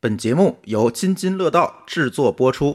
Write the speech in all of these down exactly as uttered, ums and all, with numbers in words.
本节目由津津乐道制作播出。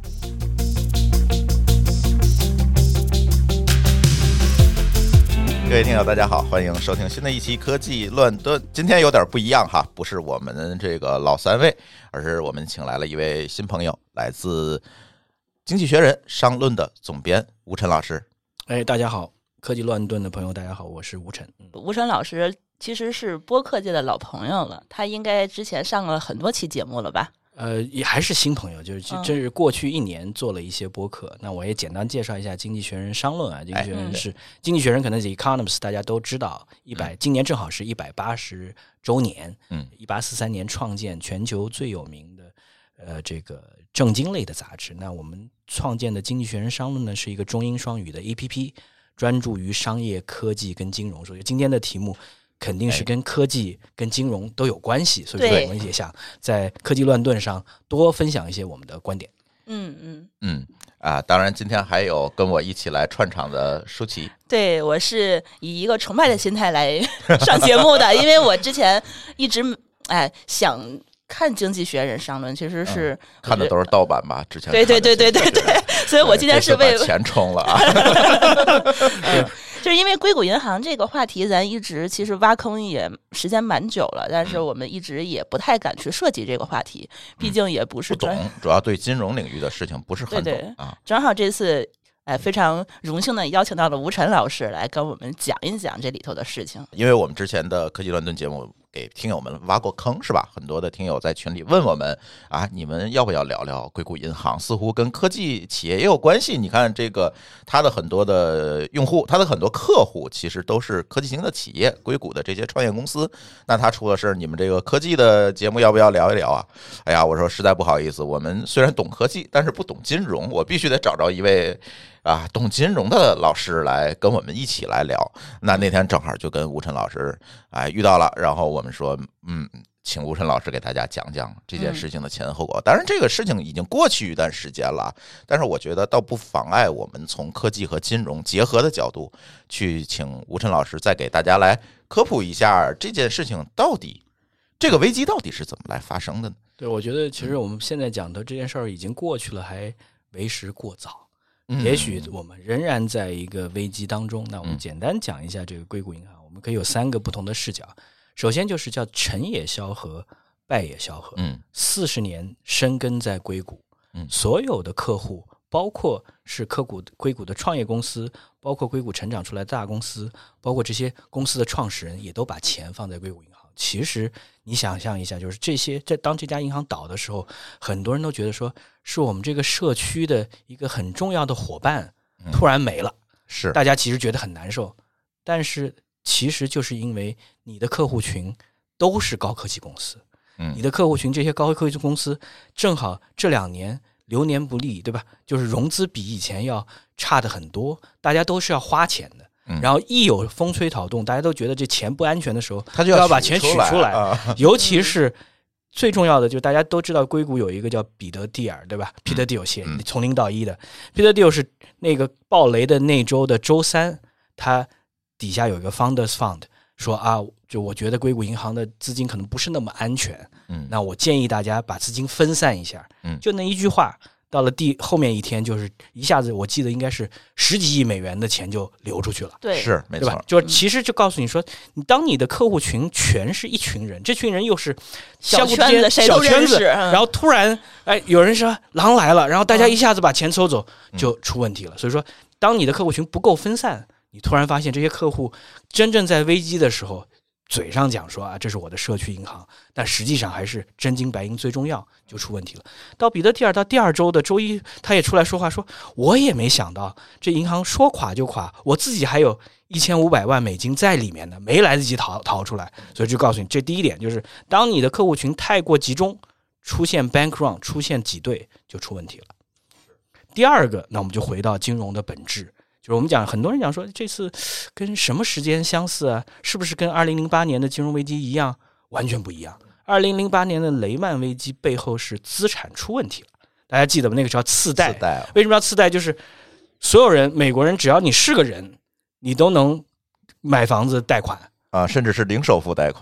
各位听友大家好，欢迎收听新的一期科技乱炖。今天有点不一样哈，不是我们这个老三位，而是我们请来了一位新朋友，来自经济学人商论的总编吴晨老师。 哎，大家好，科技乱炖的朋友大家好，我是吴晨。 吴晨老师其实是播客界的老朋友了，他应该之前上了很多期节目了吧？ 呃，也还是新朋友，就是这是过去一年做了一些播客。嗯、那我也简单介绍一下《经济学人》商论啊，《经济学人》是《哎、经济学人》可能是 Economist， 大家都知道，一百、嗯、今年正好是一百八十周年。嗯，一八四三年创建，全球最有名的呃这个政经类的杂志。那我们创建的《经济学人》商论呢，是一个中英双语的 A P P， 专注于商业、科技跟金融。所以今天的题目肯定是跟科技跟金融都有关系，所以说我们也想在科技乱炖上多分享一些我们的观点。 嗯嗯嗯啊，当然今天还有跟我一起来串场的舒淇。 对，我是以一个崇拜的心态来上节目的，因为我之前一直哎想看《经济学人》商论，其实是、嗯、 看的都是盗版吧？之前对对对对对对，所以我今天是为把钱充了啊。 嗯就是因为硅谷银行这个话题，咱一直其实挖坑也时间蛮久了，但是我们一直也不太敢去涉及这个话题，毕竟也不是不懂，主要对金融领域的事情不是很懂。 对对啊。 正好这次哎，非常荣幸的邀请到了吴晨老师来跟我们讲一讲这里头的事情。 因为我们之前的科技乱炖节目给听友们挖过坑是吧？很多的听友在群里问我们啊，你们要不要聊聊硅谷银行？似乎跟科技企业也有关系。你看这个，它的很多的用户，它的很多客户其实都是科技型的企业，硅谷的这些创业公司。那它出了事，你们这个科技的节目要不要聊一聊啊？哎呀，我说实在不好意思，我们虽然懂科技，但是不懂金融，我必须得找着一位啊懂金融的老师来跟我们一起来聊。那那天正好就跟吴晨老师哎遇到了，然后我们说嗯，请吴晨老师给大家讲讲这件事情的前因后果。当然这个事情已经过去一段时间了，但是我觉得倒不妨碍我们从科技和金融结合的角度去请吴晨老师再给大家来科普一下这件事情到底这个危机到底是怎么来发生的呢？ 对，我觉得其实我们现在讲的这件事儿已经过去了，还为时过早。也许我们仍然在一个危机当中。那我们简单讲一下这个硅谷银行，我们可以有三个不同的视角。首先就是叫成也萧何，败也萧何。嗯，四十年深耕在硅谷，嗯，所有的客户，包括是科股硅谷的创业公司，包括硅谷成长出来的大公司，包括这些公司的创始人，也都把钱放在硅谷银行。其实你想象一下，就是这些在当这家银行倒的时候，很多人都觉得说是我们这个社区的一个很重要的伙伴突然没了，嗯、 是大家其实觉得很难受。但是其实就是因为你的客户群都是高科技公司，嗯，你的客户群这些高科技公司正好这两年流年不利，对吧？就是融资比以前要差的很多，大家都是要花钱的。然后一有风吹草动，大家都觉得这钱不安全的时候， 他就要把钱取出来。 出来啊、 尤其是最重要的，就大家都知道硅谷有一个叫彼得蒂尔，对吧？彼得蒂尔写从零到一的，彼得蒂尔是那个暴雷的那周的周三，他底下有一个 Founders Fund 说啊，就我觉得硅谷银行的资金可能不是那么安全，嗯，那我建议大家把资金分散一下，嗯，就那一句话。到了第后面一天，就是一下子，我记得应该是十几亿美元的钱就流出去了。 对， 是没错， 对吧？就其实就告诉你说，你当你的客户群全是一群人，这群人又是小圈子，谁都认识， 然后突然哎，有人说狼来了，然后大家一下子把钱抽走，嗯、就出问题了。所以说，当你的客户群不够分散，你突然发现这些客户真正在危机的时候。嘴上讲说啊，这是我的社区银行，但实际上还是真金白银最重要，就出问题了。到彼得蒂尔到第二周的周一，他也出来说话说，我也没想到这银行说垮就垮，我自己还有一千五百万美金在里面呢，没来得及逃逃出来。所以就告诉你，这第一点就是，当你的客户群太过集中，出现 bank run， 出现挤兑就出问题了。第二个，那我们就回到金融的本质。就是我们讲，很多人讲说这次跟什么时间相似啊？是不是跟二零零八年的金融危机一样？完全不一样。二零零八年的雷曼危机背后是资产出问题了，大家记得吗？那个叫次贷。 次贷为什么要次贷？就是所有人，美国人只要你是个人，你都能买房子贷款啊，甚至是零首付贷款。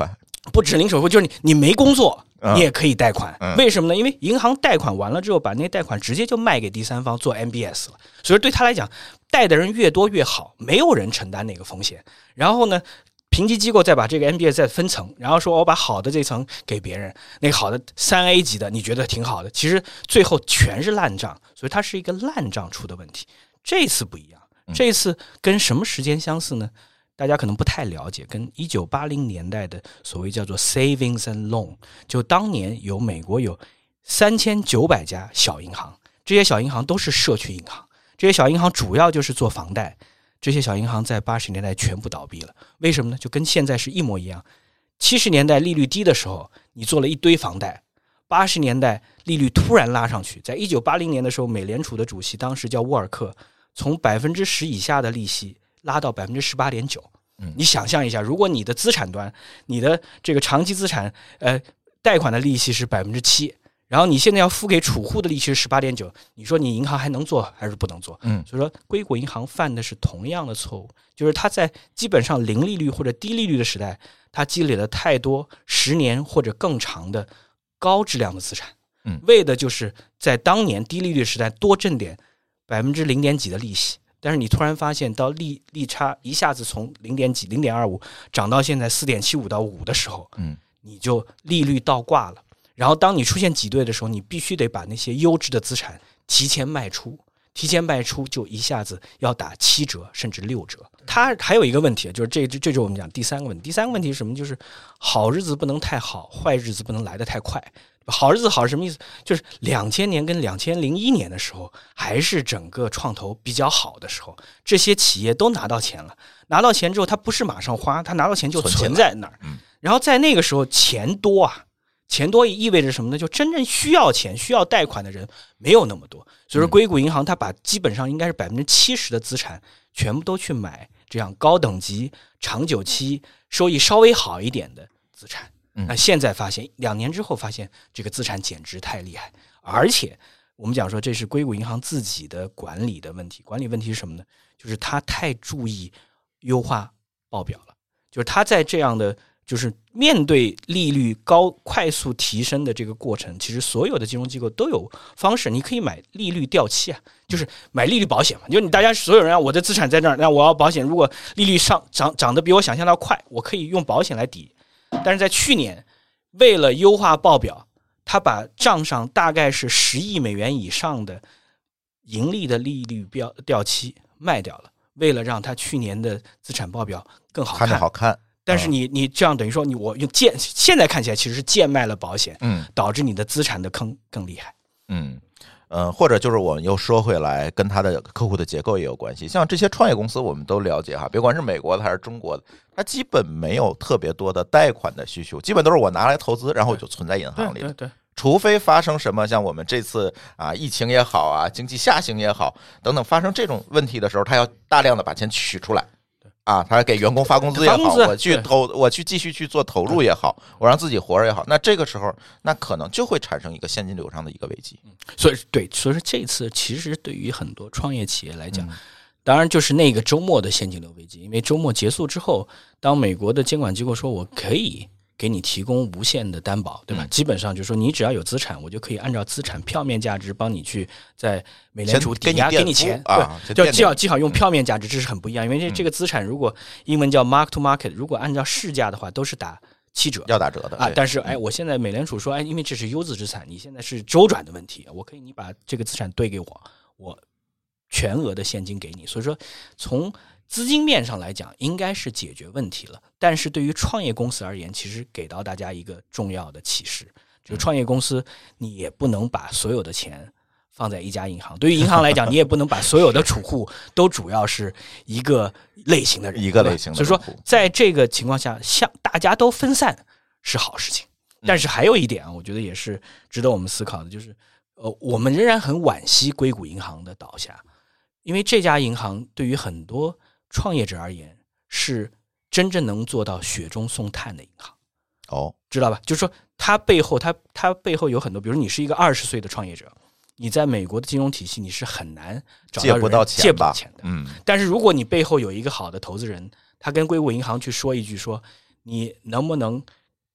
不止零首付，就是你你没工作。你也可以贷款， 嗯、 为什么呢？因为银行贷款完了之后，把那些贷款直接就卖给第三方做 M B S 了，所以对他来讲，贷的人越多越好，没有人承担那个风险。然后呢，评级机构再把这个 M B S 再分层，然后说我把好的这层给别人，那个好的三 A 级的你觉得挺好的，其实最后全是烂账，所以它是一个烂账出的问题。这次不一样，这次跟什么时间相似呢？大家可能不太了解，跟一九八零年代的所谓叫做 savings and loan， 就当年有美国有三千九百家小银行，这些小银行都是社区银行，这些小银行主要就是做房贷，这些小银行在八十年代全部倒闭了。为什么呢？就跟现在是一模一样。七十年代利率低的时候，你做了一堆房贷，八十年代利率突然拉上去，在一九八零年的时候，美联储的主席当时叫沃尔克，从百分之十以下的利息拉到百分之十八点九。你想象一下，如果你的资产端，你的这个长期资产，呃，贷款的利息是百分之七，然后你现在要付给储户的利息是十八点九，你说你银行还能做还是不能做？嗯，所以说硅谷银行犯的是同样的错误，就是它在基本上零利率或者低利率的时代，它积累了太多十年或者更长的高质量的资产，嗯，为的就是在当年低利率时代多挣点百分之零点几的利息。但是你突然发现，到利利差一下子从零点几、零点二五涨到现在四点七五到五的时候，嗯，你就利率倒挂了。然后当你出现挤兑的时候，你必须得把那些优质的资产提前卖出，提前卖出就一下子要打七折甚至六折。它还有一个问题，就是这这这就是我们讲第三个问题。第三个问题是什么？就是好日子不能太好，坏日子不能来得太快。好日子好是什么意思？就是两千年跟两千零一年的时候，还是整个创投比较好的时候，这些企业都拿到钱了，拿到钱之后，它不是马上花，它拿到钱就存在那儿。然后在那个时候，钱多啊，钱多意味着什么呢？就真正需要钱、需要贷款的人没有那么多。所以说，硅谷银行它把基本上应该是百分之七十的资产全部都去买这样高等级、长久期、收益稍微好一点的资产。那现在发现，两年之后发现这个资产减值太厉害，而且我们讲说这是硅谷银行自己的管理的问题。管理问题是什么呢？就是他太注意优化报表了，就是他在这样的就是面对利率高快速提升的这个过程，其实所有的金融机构都有方式，你可以买利率掉期啊，就是买利率保险嘛。就是你大家所有人啊，我的资产在那儿，那我要保险，如果利率上涨涨得比我想象的快，我可以用保险来抵。但是在去年，为了优化报表，他把账上大概是十亿美元以上的盈利的利率标掉期卖掉了，为了让他去年的资产报表更好看， 看着好看。 但是你你这样等于说你我用贱，现在看起来其实是贱卖了保险，嗯，导致你的资产的坑更厉害， 嗯。呃，或者就是我们又说回来，跟他的客户的结构也有关系。像这些创业公司，我们都了解哈，别管是美国的还是中国的，它基本没有特别多的贷款的需求，基本都是我拿来投资，然后就存在银行里。 对 对, 对， 除非发生什么，像我们这次啊，疫情也好啊，经济下行也好等等，发生这种问题的时候，他要大量的把钱取出来。啊，他给员工发工资也好，我去投，我去继续去做投入也好，我让自己活着也好，那这个时候，那可能就会产生一个现金流上的一个危机。 所以，对，所以说这次其实对于很多创业企业来讲，嗯、当然就是那个周末的现金流危机，因为周末结束之后，当美国的监管机构说我可以给你提供无限的担保，对吧？嗯、基本上就是说你只要有资产，我就可以按照资产票面价值帮你去在美联储抵押给你钱， 啊， 对，就既好既好用票面价值，这是很不一样。因为这这个资产如果英文叫 mark to market， 如果按照市价的话，都是打七折， 要打折的啊。但是哎，我现在美联储说，哎，因为这是优质资产，你现在是周转的问题，我可以你把这个资产兑给我，我全额的现金给你。所以说从资金面上来讲应该是解决问题了，但是对于创业公司而言，其实给到大家一个重要的启示，就是创业公司你也不能把所有的钱放在一家银行，对于银行来讲你也不能把所有的储户都主要是一个类型的人， 一个类型的人， 所以说在这个情况下像大家都分散是好事情。但是还有一点啊，我觉得也是值得我们思考的，就是呃，我们仍然很惋惜硅谷银行的倒下，因为这家银行对于很多创业者而言是真正能做到雪中送炭的银行。 哦， 知道吧？就是说它背后它它背后有很多，比如你是一个二十岁的创业者，你在美国的金融体系你是很难找到人借不到钱借不到钱的。 嗯， 但是如果你背后有一个好的投资人，他跟硅谷银行去说一句说，你能不能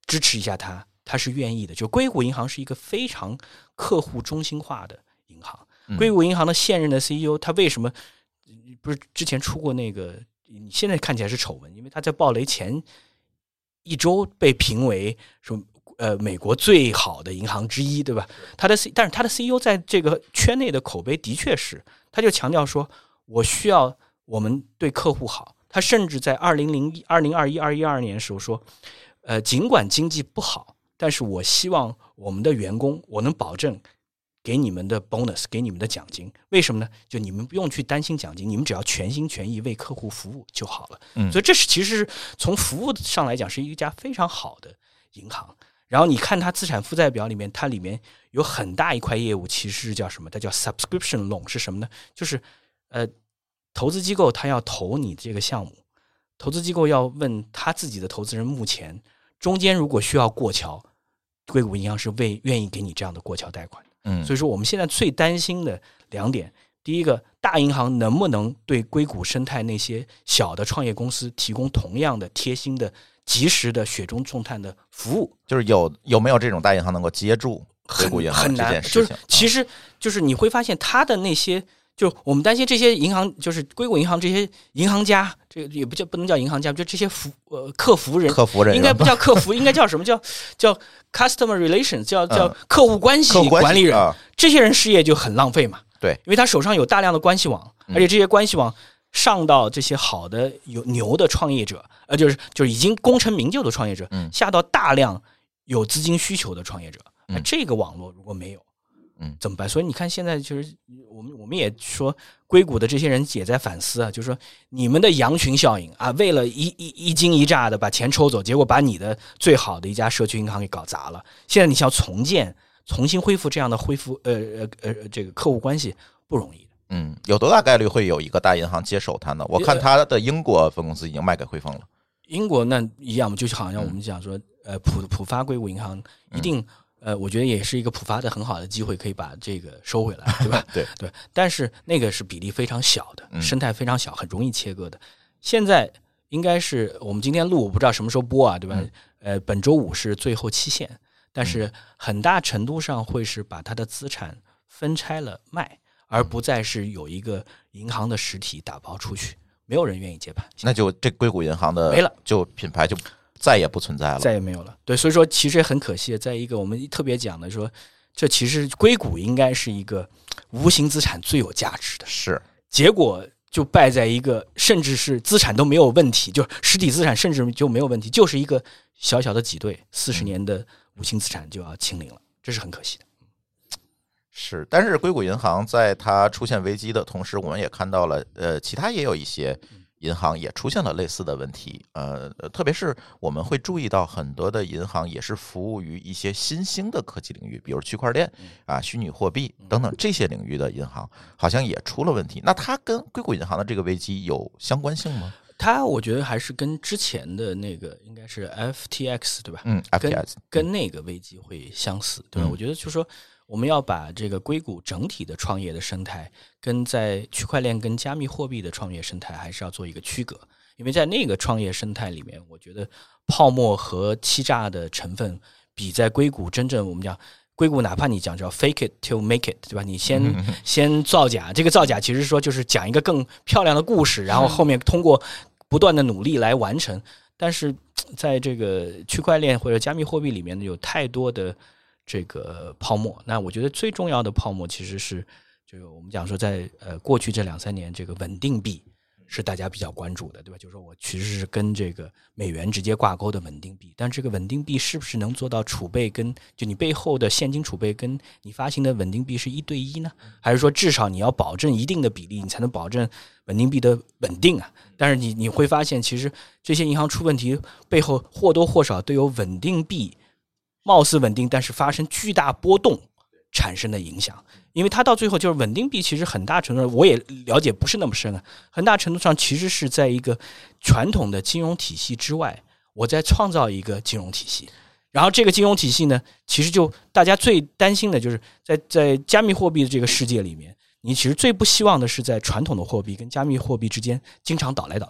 支持一下他，他是愿意的。就硅谷银行是一个非常客户中心化的银行。硅谷银行的现任的 C E O， 他为什么不是之前出过那个？你现在看起来是丑闻，因为他在暴雷前一周被评为说呃美国最好的银行之一，对吧？他的 C， 但是他的 C E O 在这个圈内的口碑的确是，他就强调说，我需要我们对客户好。他甚至在二零零一、二零二一、二一二年的时候说，呃，尽管经济不好，但是我希望我们的员工，我能保证给你们的 bonus， 给你们的奖金。为什么呢？就你们不用去担心奖金，你们只要全心全意为客户服务就好了。 嗯， 所以这是其实从服务上来讲是一家非常好的银行。然后你看它资产负债表里面，它里面有很大一块业务其实是叫什么？它叫 subscription loan， 是什么呢？就是呃。投资机构他要投你这个项目，投资机构要问他自己的投资人，目前中间如果需要过桥，硅谷银行是为愿意给你这样的过桥贷款。 嗯， 所以说我们现在最担心的两点，第一个，大银行能不能对硅谷生态那些小的创业公司提供同样的贴心的、及时的、雪中送炭的服务？ 就是有有没有这种大银行能够接住硅谷银行这件事情？ 就是其实就是你会发现他的那些。就我们担心这些银行，就是硅谷银行这些银行家，这个也不叫不能叫银行家，就这些服呃客服人， 客服人应该不叫客服，应该叫什么叫叫 customer relations， 叫叫客户关系管理人。 嗯、 这些人失业就很浪费嘛， 对， 因为他手上有大量的关系网，而且这些关系网上到这些好的有牛的创业者，呃，就是就是已经功成名就的创业者， 嗯、 下到大量有资金需求的创业者， 嗯、 这个网络如果没有。 嗯， 怎么办？所以你看，现在就是我们我们也说，硅谷的这些人也在反思啊，就是说你们的羊群效应啊，为了一一一惊一乍的把钱抽走，结果把你的最好的一家社区银行给搞砸了。现在你想要重建、重新恢复这样的恢复呃呃呃这个客户关系不容易的。 嗯，有多大概率会有一个大银行接手它呢？我看它的英国分公司已经卖给汇丰了。 英国那一样，就好像我们讲说，嗯、呃，浦浦发硅谷银行一定。嗯呃，我觉得也是一个普发的很好的机会，可以把这个收回来，对吧？ 对对，但是那个是比例非常小的， 嗯、 生态非常小，很容易切割的。现在应该是我们今天录，我不知道什么时候播啊，对吧？嗯、呃，本周五是最后期限，但是很大程度上会是把它的资产分拆了卖，而不再是有一个银行的实体打包出去，没有人愿意接盘。 那就这硅谷银行的没了， 就品牌就。再也不存在了， 再也没有了。对，所以说其实也很可惜。在一个我们特别讲的说，这其实硅谷应该是一个无形资产最有价值的， 是结果就败在一个甚至是资产都没有问题，就实体资产甚至就没有问题，就是一个小小的挤兑，四十年的无形资产就要清零了，这是很可惜的。 是，但是硅谷银行在它出现危机的同时，我们也看到了，呃，其他也有一些。银行也出现了类似的问题，呃，特别是我们会注意到很多的银行也是服务于一些新兴的科技领域，比如区块链啊、虚拟货币等等这些领域的银行，好像也出了问题。那它跟硅谷银行的这个危机有相关性吗？ 它我觉得还是跟之前的那个应该是 F T X 对吧？ 嗯 ，F T X 跟, 跟那个危机会相似，对吧？ 嗯、 我觉得就是说。我们要把这个硅谷整体的创业的生态跟在区块链跟加密货币的创业生态还是要做一个区隔，因为在那个创业生态里面，我觉得泡沫和欺诈的成分比在硅谷真正我们讲硅谷，哪怕你讲叫 fake it till make it， 对吧？你先、嗯、先造假，这个造假其实说就是讲一个更漂亮的故事，然后后面通过不断的努力来完成。但是在这个区块链或者加密货币里面有太多的这个泡沫，那我觉得最重要的泡沫其实是，这个我们讲说在呃过去这两三年，这个稳定币是大家比较关注的，对吧？就是说我其实是跟这个美元直接挂钩的稳定币，但这个稳定币是不是能做到储备跟就你背后的现金储备跟你发行的稳定币是一对一呢？还是说至少你要保证一定的比例，你才能保证稳定币的稳定啊？但是你你会发现，其实这些银行出问题背后或多或少都有稳定币。貌似稳定，但是发生巨大波动产生的影响，因为它到最后就是稳定币，其实很大程度上我也了解不是那么深啊，很大程度上其实是在一个传统的金融体系之外，我在创造一个金融体系，然后这个金融体系呢，其实就大家最担心的就是在在加密货币的这个世界里面，你其实最不希望的是在传统的货币跟加密货币之间经常倒来倒去。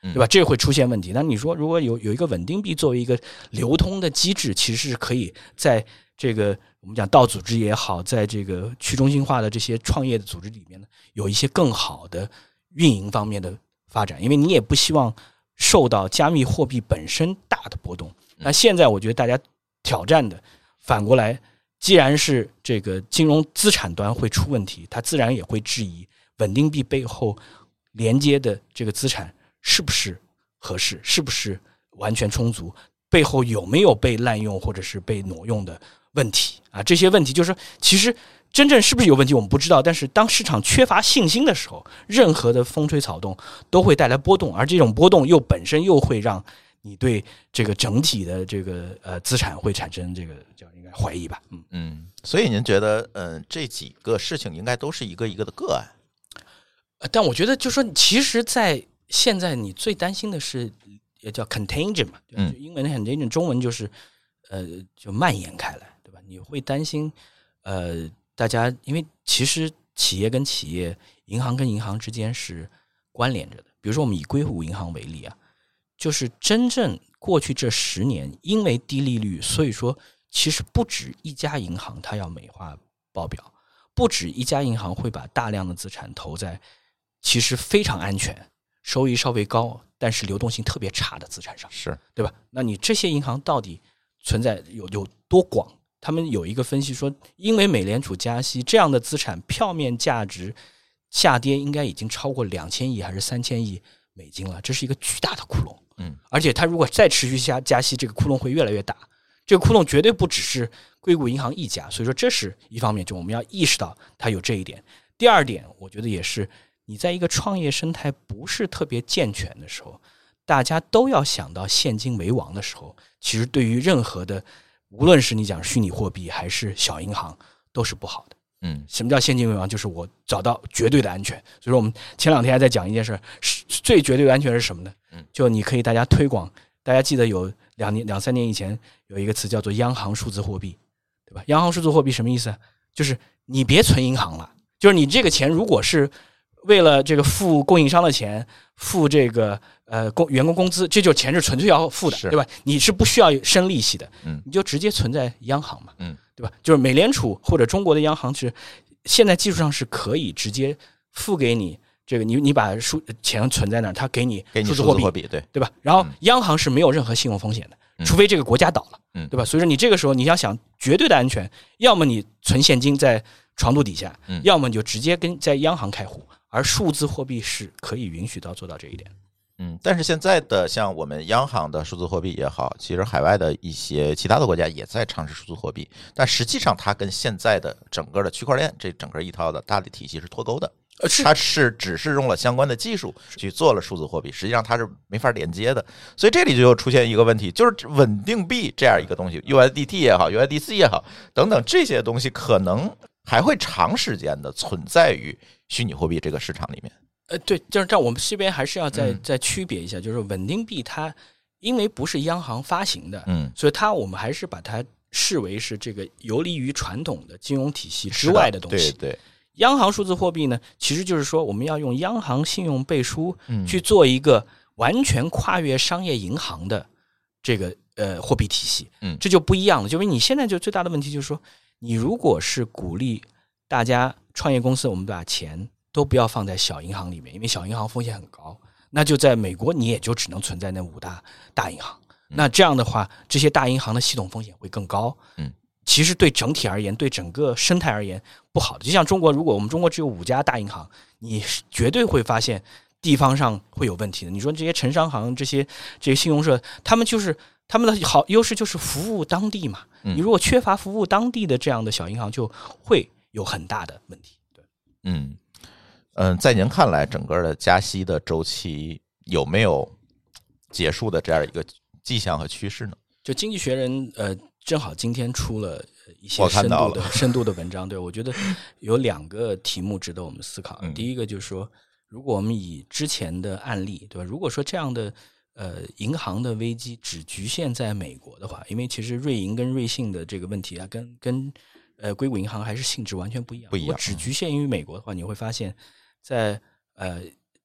对吧？这会出现问题。那你说，如果有有一个稳定币作为一个流通的机制，其实是可以在这个我们讲道组织也好，在这个去中心化的这些创业的组织里面呢，有一些更好的运营方面的发展，因为你也不希望受到加密货币本身大的波动。那现在我觉得大家挑战的反过来，既然是这个金融资产端会出问题，它自然也会质疑稳定币背后连接的这个资产是不是合适，是不是完全充足，背后有没有被滥用或者是被挪用的问题啊？这些问题就是其实真正是不是有问题我们不知道，但是当市场缺乏信心的时候，任何的风吹草动都会带来波动，而这种波动又本身又会让你对这个整体的这个呃资产会产生这个叫应该怀疑吧。嗯嗯，所以您觉得嗯、呃、这几个事情应该都是一个一个的个案？ 但我觉得就是说其实在现在你最担心的是也叫 contagion 嘛，就英文 contagion 中文就是呃就蔓延开来，对吧？你会担心呃大家，因为其实企业跟企业，银行跟银行之间是关联着的。比如说我们以硅谷银行为例啊，就是真正过去这十年因为低利率，所以说其实不止一家银行它要美化报表，不止一家银行会把大量的资产投在其实非常安全、收益稍微高但是流动性特别差的资产上， 是对吧？那你这些银行到底存在有有多广？他们有一个分析说，因为美联储加息，这样的资产票面价值下跌应该已经超过两千亿还是三千亿美金了，这是一个巨大的窟窿。 嗯， 而且它如果再持续加加息，这个窟窿会越来越大。这个窟窿绝对不只是硅谷银行一家，所以说这是一方面，就我们要意识到它有这一点。第二点，我觉得也是你在一个创业生态不是特别健全的时候，大家都要想到现金为王的时候，其实对于任何的无论是你讲虚拟货币还是小银行都是不好的。 嗯， 什么叫现金为王？就是我找到绝对的安全。所以说我们前两天还在讲一件事，最绝对的安全是什么呢？就你可以大家推广，大家记得有两年两三年以前有一个词叫做央行数字货币，对吧？央行数字货币什么意思？就是你别存银行了，就是你这个钱如果是为了这个付供应商的钱，付这个呃工员工工资，这就钱是纯粹要付的，对吧？你是不需要生利息的， 嗯， 你就直接存在央行嘛， 嗯， 对吧？就是美联储或者中国的央行是现在技术上是可以直接付给你这个，你你把数钱存在那儿，它给你数字货币， 货币对对吧？然后央行是没有任何信用风险的， 嗯、 除非这个国家倒了， 嗯， 对吧？所以说你这个时候你要想绝对的安全，要么你存现金在床铺底下， 嗯， 要么你就直接跟在央行开户。而数字货币是可以允许到做到这一点。 嗯，但是现在的像我们央行的数字货币也好，其实海外的一些其他的国家也在尝试数字货币，但实际上它跟现在的整个的区块链这整个一套的大的体系是脱钩的。 呃，是它是只是用了相关的技术去做了数字货币，实际上它是没法连接的。所以这里就又出现一个问题，就是稳定币这样一个东西 ，U S D T 也好 ，U S D C 也好，等等这些东西可能还会长时间的存在于虚拟货币这个市场里面。 呃，对，就是这样。我们这边还是要再、嗯、再区别一下，就是稳定币它因为不是央行发行的， 嗯， 所以它我们还是把它视为是这个游离于传统的金融体系之外的东西。 对对。 央行数字货币呢，其实就是说我们要用央行信用背书去做一个完全跨越商业银行的这个呃货币体系， 嗯， 这就不一样了。就是你现在就最大的问题就是说，你如果是鼓励大家创业公司，我们把钱都不要放在小银行里面，因为小银行风险很高，那就在美国你也就只能存在那五大大银行。那这样的话，这些大银行的系统风险会更高， 嗯。 其实对整体而言，对整个生态而言不好的。就像中国，如果我们中国只有五家大银行，你绝对会发现地方上会有问题的。你说这些城商行、这些这些信用社，他们就是他们的好优势就是服务当地嘛。你如果缺乏服务当地的这样的小银行，就会有很大的问题。对， 嗯嗯，在您看来，整个的加息的周期有没有结束的这样一个迹象和趋势呢？ 就经济学人呃。正好今天出了一些深度的深度的文章，对，我觉得有两个题目值得我们思考。 嗯、 第一个就是说，如果我们以之前的案例，对吧？如果说这样的呃银行的危机只局限在美国的话，因为其实瑞银跟瑞信的这个问题啊，跟跟呃硅谷银行还是性质完全不一样。 不一样。 如果只局限于美国的话，你会发现在呃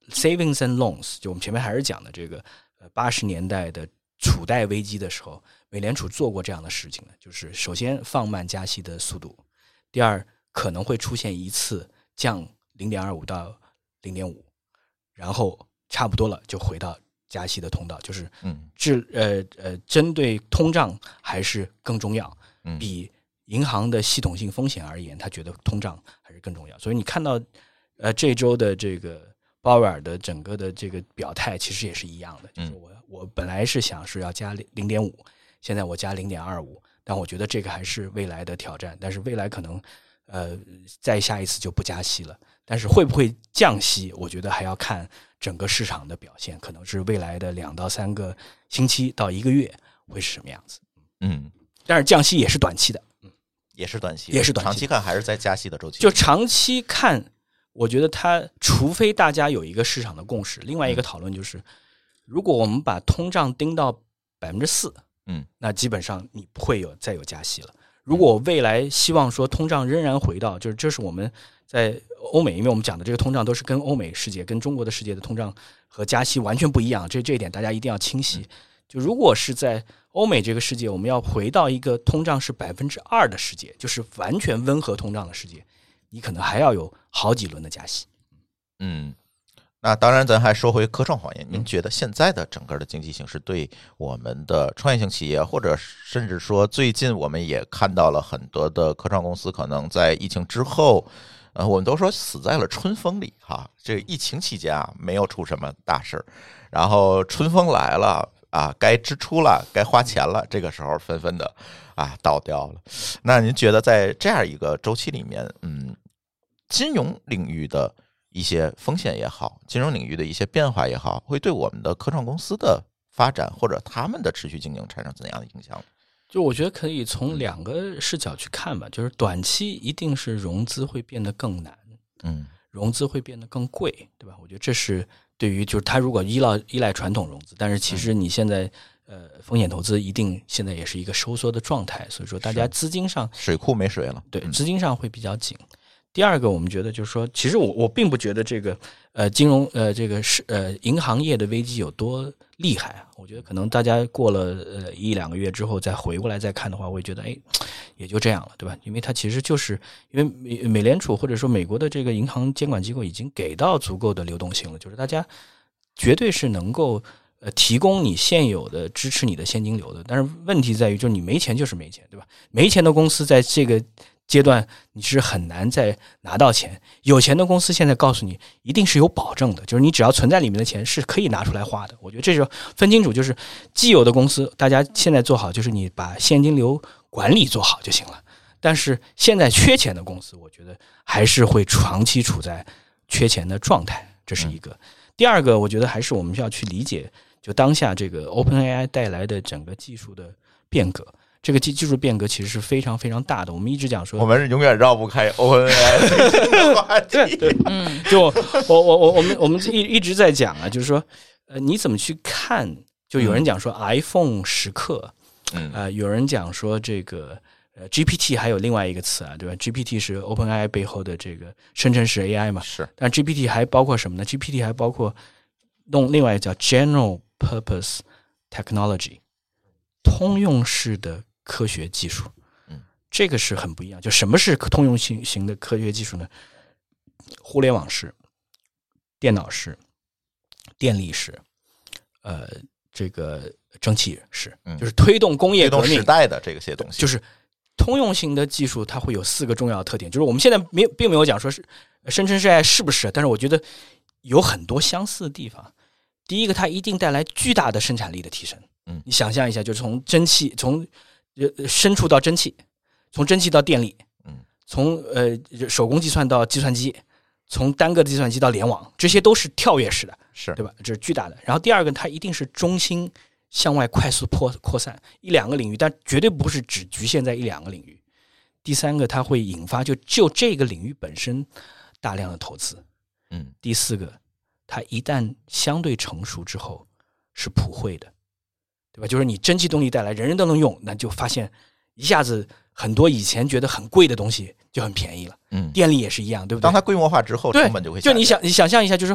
savings and loans， 就我们前面还是讲的这个呃八十年代的储贷危机的时候，美联储做过这样的事情的，就是首先放慢加息的速度，第二可能会出现一次降 零点二五 到 零点五， 然后差不多了就回到加息的通道，就是治呃呃针对通胀还是更重要，比银行的系统性风险而言，他觉得通胀还是更重要。所以你看到呃这周的这个鲍威尔的整个的这个表态，其实也是一样的，就是我我本来是想是要加 零点五， 现在我加 零点二五， 但我觉得这个还是未来的挑战，但是未来可能呃再下一次就不加息了。但是会不会降息，我觉得还要看整个市场的表现，可能是未来的两到三个星期到一个月会是什么样子。 嗯， 但是降息也是短期的，嗯， 也是短期， 也是短期。 长期看还是在加息的周期。 就长期看，我觉得它除非大家有一个市场的共识，另外一个讨论就是，嗯、如果我们把通胀盯到百分之四，嗯，那基本上你不会有再有加息了。如果未来希望说通胀仍然回到，就是这是我们在欧美，因为我们讲的这个通胀都是跟欧美世界、跟中国的世界的通胀和加息完全不一样，这这一点大家一定要清晰。就如果是在欧美这个世界，我们要回到一个通胀是百分之二的世界，就是完全温和通胀的世界，你可能还要有好几轮的加息。 嗯。那当然咱还说回科创行业，您觉得现在的整个的经济形势对我们的创业性企业，或者甚至说最近我们也看到了很多的科创公司可能在疫情之后，呃，我们都说死在了春风里哈，这个疫情期间啊没有出什么大事，然后春风来了啊，该支出了，该花钱了，这个时候纷纷的啊倒掉了。那您觉得在这样一个周期里面，嗯，金融领域的一些风险也好，金融领域的一些变化也好，会对我们的科创公司的发展或者他们的持续经营产生怎样的影响？ 就我觉得可以从两个视角去看吧，就是短期一定是融资会变得更难，嗯，融资会变得更贵，对吧？我觉得这是对于就是他如果依赖依赖传统融资，但是其实你现在呃风险投资一定现在也是一个收缩的状态，所以说大家资金上水库没水了， 对，资金上会比较紧。第二个，我们觉得就是说，其实我我并不觉得这个呃金融呃这个是呃银行业的危机有多厉害啊。我觉得可能大家过了呃一两个月之后再回过来再看的话，我会觉得哎也就这样了，对吧？因为它其实就是因为美美联储或者说美国的这个银行监管机构已经给到足够的流动性了，就是大家绝对是能够呃提供你现有的支持你的现金流的。但是问题在于，就是你没钱就是没钱，对吧？没钱的公司在这个阶段你是很难再拿到钱，有钱的公司现在告诉你一定是有保证的，就是你只要存在里面的钱是可以拿出来花的。我觉得这就分清楚，就是既有的公司大家现在做好，就是你把现金流管理做好就行了，但是现在缺钱的公司我觉得还是会长期处在缺钱的状态，这是一个。第二个，我觉得还是我们需要去理解就当下这个 OpenAI 带来的整个技术的变革，这个技技术变革其实是非常非常大的。我们一直讲说， 我们永远绕不开 OpenAI 的话题。 对对，嗯，就我我我我们我们一一直在讲啊，就是说，呃，你怎么去看？就有人讲说 iPhone 时刻，嗯，呃，有人讲说这个呃 G P T 还有另外一个词啊，对吧 ？G P T 是 OpenAI 背后的这个生成式 A I 嘛， 是。 但 G P T 还包括什么呢 ？G P T 还包括弄另外一个叫 General Purpose Technology， 通用式的科学技术，嗯，这个是很不一样。就什么是通用型型的科学技术呢？互联网式、电脑式、电力式，呃，这个蒸汽式，就是推动工业革命、 推动时代的这些东西。 就是通用型的技术，它会有四个重要的特点。就是我们现在没并没有讲说是生成式 A I 是不是，但是我觉得有很多相似的地方。第一个，它一定带来巨大的生产力的提升。嗯，你想象一下，就是从蒸汽从牲畜到蒸汽，从蒸汽到电力，嗯，从呃手工计算到计算机，从单个的计算机到联网，这些都是跳跃式的， 是对吧？这是巨大的。然后第二个，它一定是中心向外快速扩扩散一两个领域，但绝对不是只局限在一两个领域。第三个，它会引发就就这个领域本身大量的投资。嗯，第四个，它一旦相对成熟之后是普惠的。对吧？就是你蒸汽动力带来，人人都能用，那就发现一下子很多以前觉得很贵的东西就很便宜了。嗯，电力也是一样，对不对？ 当它规模化之后，成本就会下降。 就你想，你想象一下，就是说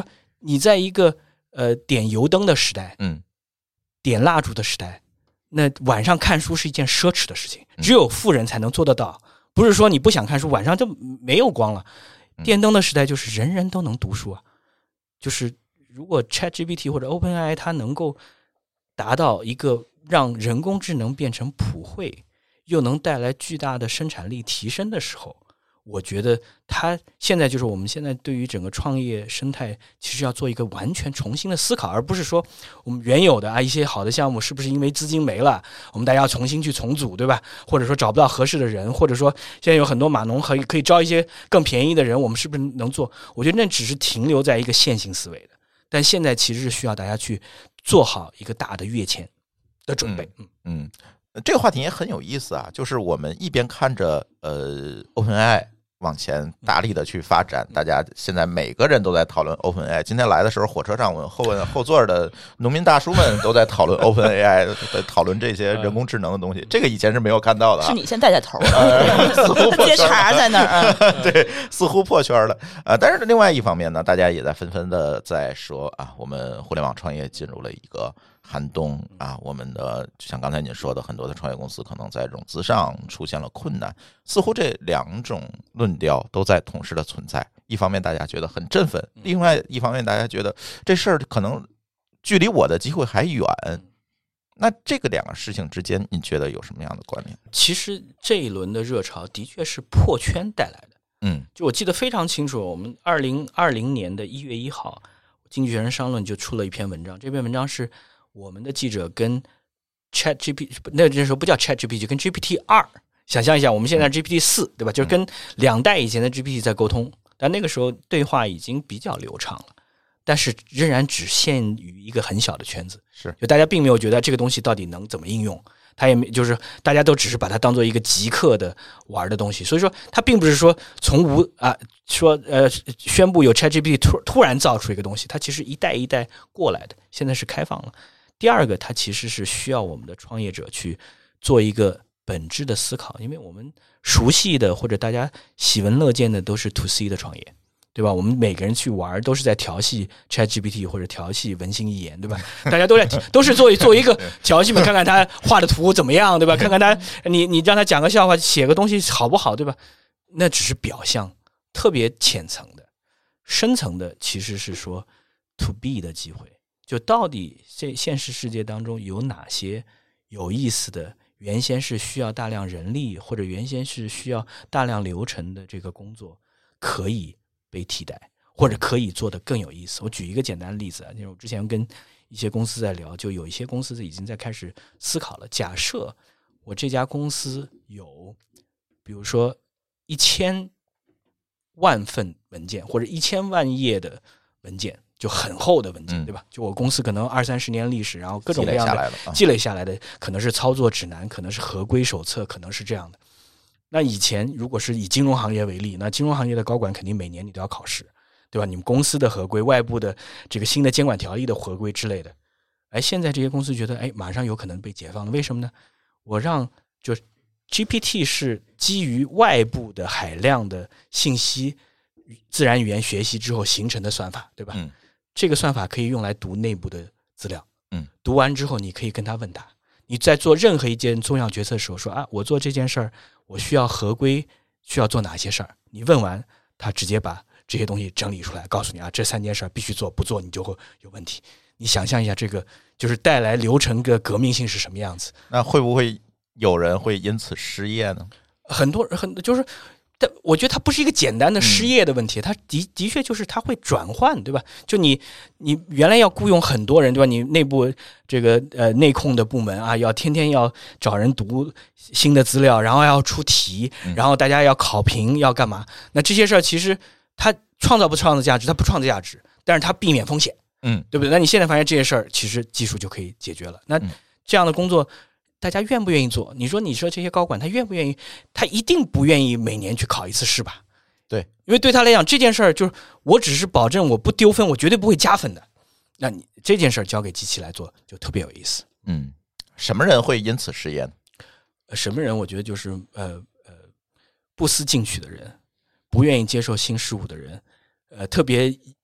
你在一个呃点油灯的时代， 嗯， 点蜡烛的时代，那晚上看书是一件奢侈的事情，只有富人才能做得到。不是说你不想看书，晚上就没有光了。电灯的时代就是人人都能读书啊，就是如果 ChatGPT 或者 OpenAI 它能够达到一个让人工智能变成普惠，又能带来巨大的生产力提升的时候，我觉得它现在就是我们现在对于整个创业生态其实要做一个完全重新的思考，而不是说我们原有的啊一些好的项目是不是因为资金没了，我们大家要重新去重组，对吧？或者说找不到合适的人，或者说现在有很多码农可以可以招一些更便宜的人，我们是不是能做？我觉得那只是停留在一个线性思维的，但现在其实是需要大家去做好一个大的跃迁的准备。 嗯嗯，这个话题也很有意思啊，就是我们一边看着呃 OpenAI 往前大力的去发展，大家现在每个人都在讨论 OpenAI。今天来的时候，火车上我后后座的农民大叔们都在讨论 OpenAI， 在讨论这些人工智能的东西。这个以前是没有看到的、啊， 是你先带带头， 呃、似乎破接茬在那儿、啊， 对，似乎破圈了啊、呃。但是另外一方面呢，大家也在纷纷的在说啊，我们互联网创业进入了一个寒冬啊，我们的就像刚才您说的，很多的创业公司可能在融资上出现了困难，似乎这两种论调都在同时的存在。一方面大家觉得很振奋，另外一方面大家觉得这事儿可能距离我的机会还远。那这个两个事情之间，你觉得有什么样的关联？ 其实这一轮的热潮的确是破圈带来的。 嗯， 就我记得非常清楚，我们二零二零年的一月一号，经济学人商论就出了一篇文章，这篇文章是我们的记者跟 ChatGPT， 那那时候不叫 ChatGPT， 就跟 G P T 二，想象一下，我们现在 G P T 四，对吧？就是跟两代以前的 G P T 在沟通，但那个时候对话已经比较流畅了，但是仍然只限于一个很小的圈子， 是就大家并没有觉得这个东西到底能怎么应用，它也没就是大家都只是把它当做一个极客的玩的东西，所以说它并不是说从无啊说呃宣布有 ChatGPT 突突然造出一个东西，它其实一代一代过来的，现在是开放了。第二个，它其实是需要我们的创业者去做一个本质的思考，因为我们熟悉的或者大家喜闻乐见的都是 to C 的创业，对吧？我们每个人去玩都是在调戏 ChatGPT 或者调戏文心一言，对吧？大家都在都是做做一个调戏嘛，看看他画的图怎么样，对吧？看看他你你让他讲个笑话，写个东西好不好，对吧？那只是表象，特别浅层的，深层的其实是说 to B 的机会。就到底这现实世界当中有哪些有意思的，原先是需要大量人力或者原先是需要大量流程的这个工作可以被替代，或者可以做得更有意思。我举一个简单的例子啊，因为我之前跟一些公司在聊，就有一些公司已经在开始思考了，假设我这家公司有比如说一千万份文件或者一千万页的文件，就很厚的文件， 嗯、 对吧？就我公司可能二三十年历史，然后各种各样的积累下来的，可能是操作指南，可能是合规手册，可能是这样的。那以前如果是以金融行业为例，那金融行业的高管肯定每年你都要考试，对吧？你们公司的合规、外部的这个新的监管条例的合规之类的，哎，现在这些公司觉得，哎，马上有可能被解放了，为什么呢？我让就 G P T 是基于外部的海量的信息自然语言学习之后形成的算法，对吧？ 嗯， 这个算法可以用来读内部的资料， 嗯， 读完之后你可以跟他问他，你在做任何一件重要决策的时候说啊，我做这件事儿，我需要合规，需要做哪些事儿？你问完，他直接把这些东西整理出来，告诉你啊，这三件事必须做，不做你就会有问题。你想象一下，这个就是带来流程的革命性是什么样子？ 那会不会有人会因此失业呢？ 很多很就是。但我觉得它不是一个简单的失业的问题，它的的确就是它会转换，对吧？就你你原来要雇佣很多人，对吧？你内部这个呃内控的部门啊，要天天要找人读新的资料，然后要出题，然后大家要考评，要干嘛？那这些事儿其实它创造不创造价值？它不创造价值，但是它避免风险， 嗯， 对不对？那你现在发现这些事儿，其实技术就可以解决了。那这样的工作。大家愿不愿意做？你说，你说这些高管他愿不愿意？他一定不愿意每年去考一次试吧？ 对， 因为对他来讲，这件事儿就是我只是保证我不丢分，我绝对不会加分的。那你这件事儿交给机器来做，就特别有意思。 嗯，什么人会因此失业呢？ 什么人？我觉得就是呃呃不思进取的人，不愿意接受新事物的人，呃特别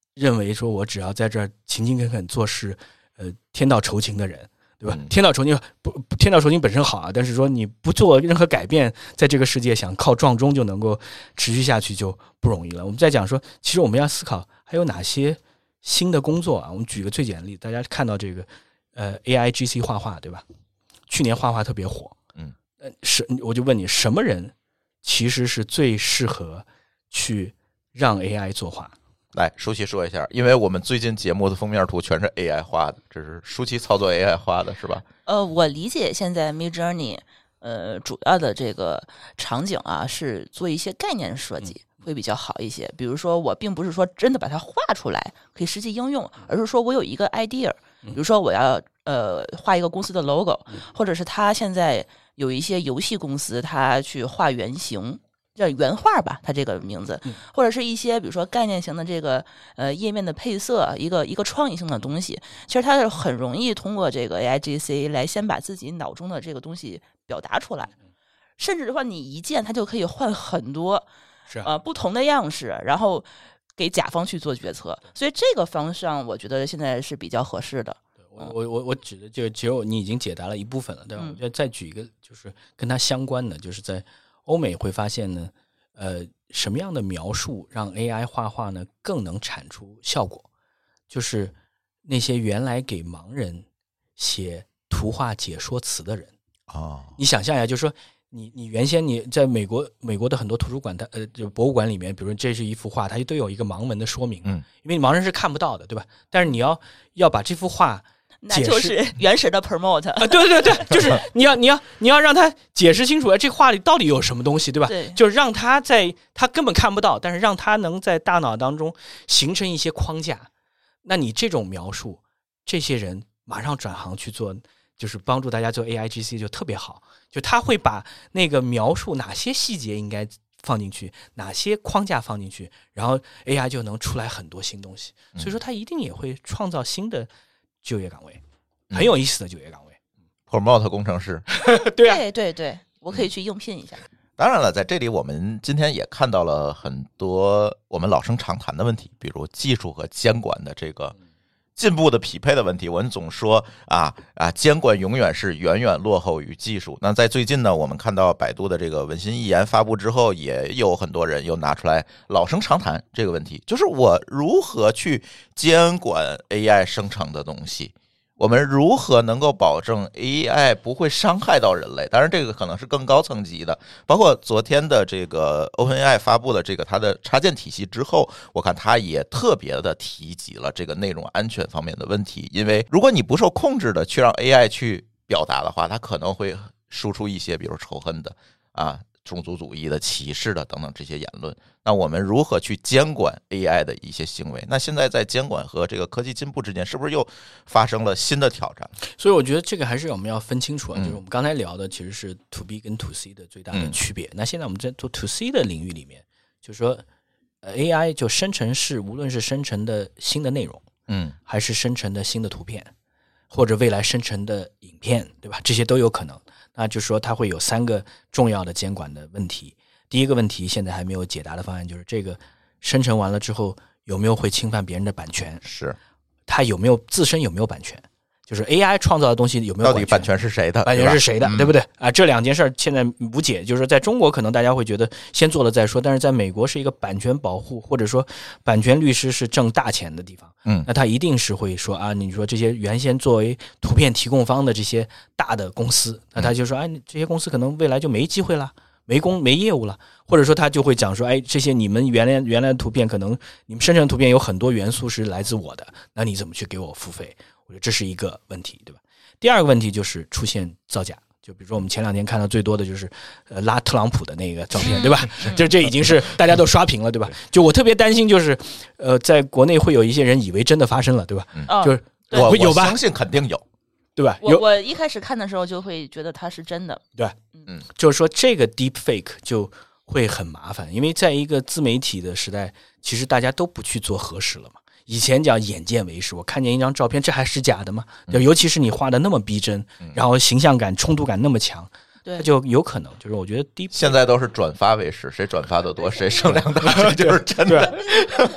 认为说我只要在这儿勤勤恳恳做事，呃，天道酬勤的人，对吧？ 嗯、 天道酬勤不，天道酬勤本身好啊，但是说你不做任何改变，在这个世界想靠撞钟就能够持续下去就不容易了。我们在讲说，其实我们要思考还有哪些新的工作啊？我们举个最简单的例子，大家看到这个呃 A I G C 画画，对吧？去年画画特别火， 嗯， 呃，是我就问你，什么人其实是最适合去让 A I 作画？ 来，舒淇说一下，因为我们最近节目的封面图全是 A I 画的，这是舒淇操作 A I 画的，是吧？ 呃，我理解现在 Midjourney 呃主要的这个场景啊，是做一些概念设计。嗯，会比较好一些。比如说我并不是说真的把它画出来可以实际应用，而是说我有一个 idea， 比如说我要呃画一个公司的 logo， 或者是他现在有一些游戏公司他去画原型，叫原画吧，它这个名字，或者是一些比如说概念型的这个呃页面的配色，一个一个创意性的东西，其实它是很容易通过这个 A I G C 来先把自己脑中的这个东西表达出来，甚至的话你一键它就可以换很多是呃不同的样式，然后给甲方去做决策，所以这个方向我觉得现在是比较合适的。 我我我我指的就只有你已经解答了一部分了，对吧？ 嗯、 我觉得再举一个就是跟它相关的，就是在欧美会发现呢，呃，什么样的描述让 A I 画画呢更能产出效果？就是那些原来给盲人写图画解说词的人啊、哦， 你想象一下，就是说你你原先你在美国美国的很多图书馆，它呃就博物馆里面，比如说这是一幅画，它都有一个盲文的说明， 嗯， 因为盲人是看不到的，对吧？但是你要要把这幅画。 那就是原始的 promote 啊，对对对，就是你要你要你要让他解释清楚，这画里到底有什么东西，对吧？ 对， 就是让他在他根本看不到，但是让他能在大脑当中形成一些框架。那你这种描述，这些人马上转行去做，就是帮助大家做 A I G C 就特别好，就他会把那个描述哪些细节应该放进去，哪些框架放进去，然后 A I 就能出来很多新东西。所以说，他一定也会创造新的就业岗位，很有意思的就业岗位。 嗯、promote 工程师， 对啊， 对对对，我可以去应聘一下。 当然了，在这里我们今天也看到了很多我们老生常谈的问题，比如技术和监管的这个进步的匹配的问题。我们总说啊啊，监管永远是远远落后于技术。那在最近呢，我们看到百度的这个文心一言发布之后，也有很多人又拿出来老生常谈这个问题，就是我如何去监管 A I 生成的东西。我们如何能够保证 A I 不会伤害到人类？当然，这个可能是更高层级的。包括昨天的这个 OpenAI 发布了这个它的插件体系之后，我看它也特别的提及了这个内容安全方面的问题。因为如果你不受控制的去让 A I 去表达的话，它可能会输出一些比如仇恨的啊、种族主义的、歧视的等等这些言论。那我们如何去监管 A I 的一些行为？那现在在监管和这个科技进步之间，是不是又发生了新的挑战？ 所以我觉得这个还是我们要分清楚啊， 嗯、 就是我们刚才聊的其实是 to B 跟 to C 的最大的区别。嗯、那现在我们在做 to C 的领域里面，就是说 A I 就生成式，无论是生成的新的内容， 嗯， 还是生成的新的图片，或者未来生成的影片，对吧？这些都有可能。那就是说它会有三个重要的监管的问题。第一个问题现在还没有解答的方案，就是这个生成完了之后有没有会侵犯别人的版权？ 是， 它有没有自身有没有版权？就是 A I 创造的东西有没有版权？ 到底版权是谁的？ 版权是谁的， 对, 对不对啊？这两件事现在无解。就是在中国可能大家会觉得先做了再说，但是在美国是一个版权保护或者说版权律师是挣大钱的地方。 嗯， 那他一定是会说啊，你说这些原先作为图片提供方的这些大的公司，那他就说，哎，这些公司可能未来就没机会了。没工没业务了，或者说他就会讲说，哎，这些你们原来原来的图片，可能你们生成的图片有很多元素是来自我的，那你怎么去给我付费？我觉得这是一个问题，对吧？第二个问题就是出现造假，就比如说我们前两天看到最多的就是呃拉特朗普的那个照片，对吧？就这已经是大家都刷屏了，对吧？就我特别担心，就是呃，在国内会有一些人以为真的发生了，对吧？ 嗯、 就是我有吧？ 我相信肯定有。 对吧？ 我我一开始看的时候就会觉得它是真的， 对， 嗯， 就是说这个 deep fake 就会很麻烦，因为在一个自媒体的时代，其实大家都不去做核实了嘛。以前讲眼见为实，我看见一张照片，这还是假的吗？嗯、尤其是你画的那么逼真， 嗯、 然后形象感、冲突感那么强， 对， 它就有可能就是我觉得 deep fake 现在都是转发为实，谁转发的多，谁声量大，这就是真的。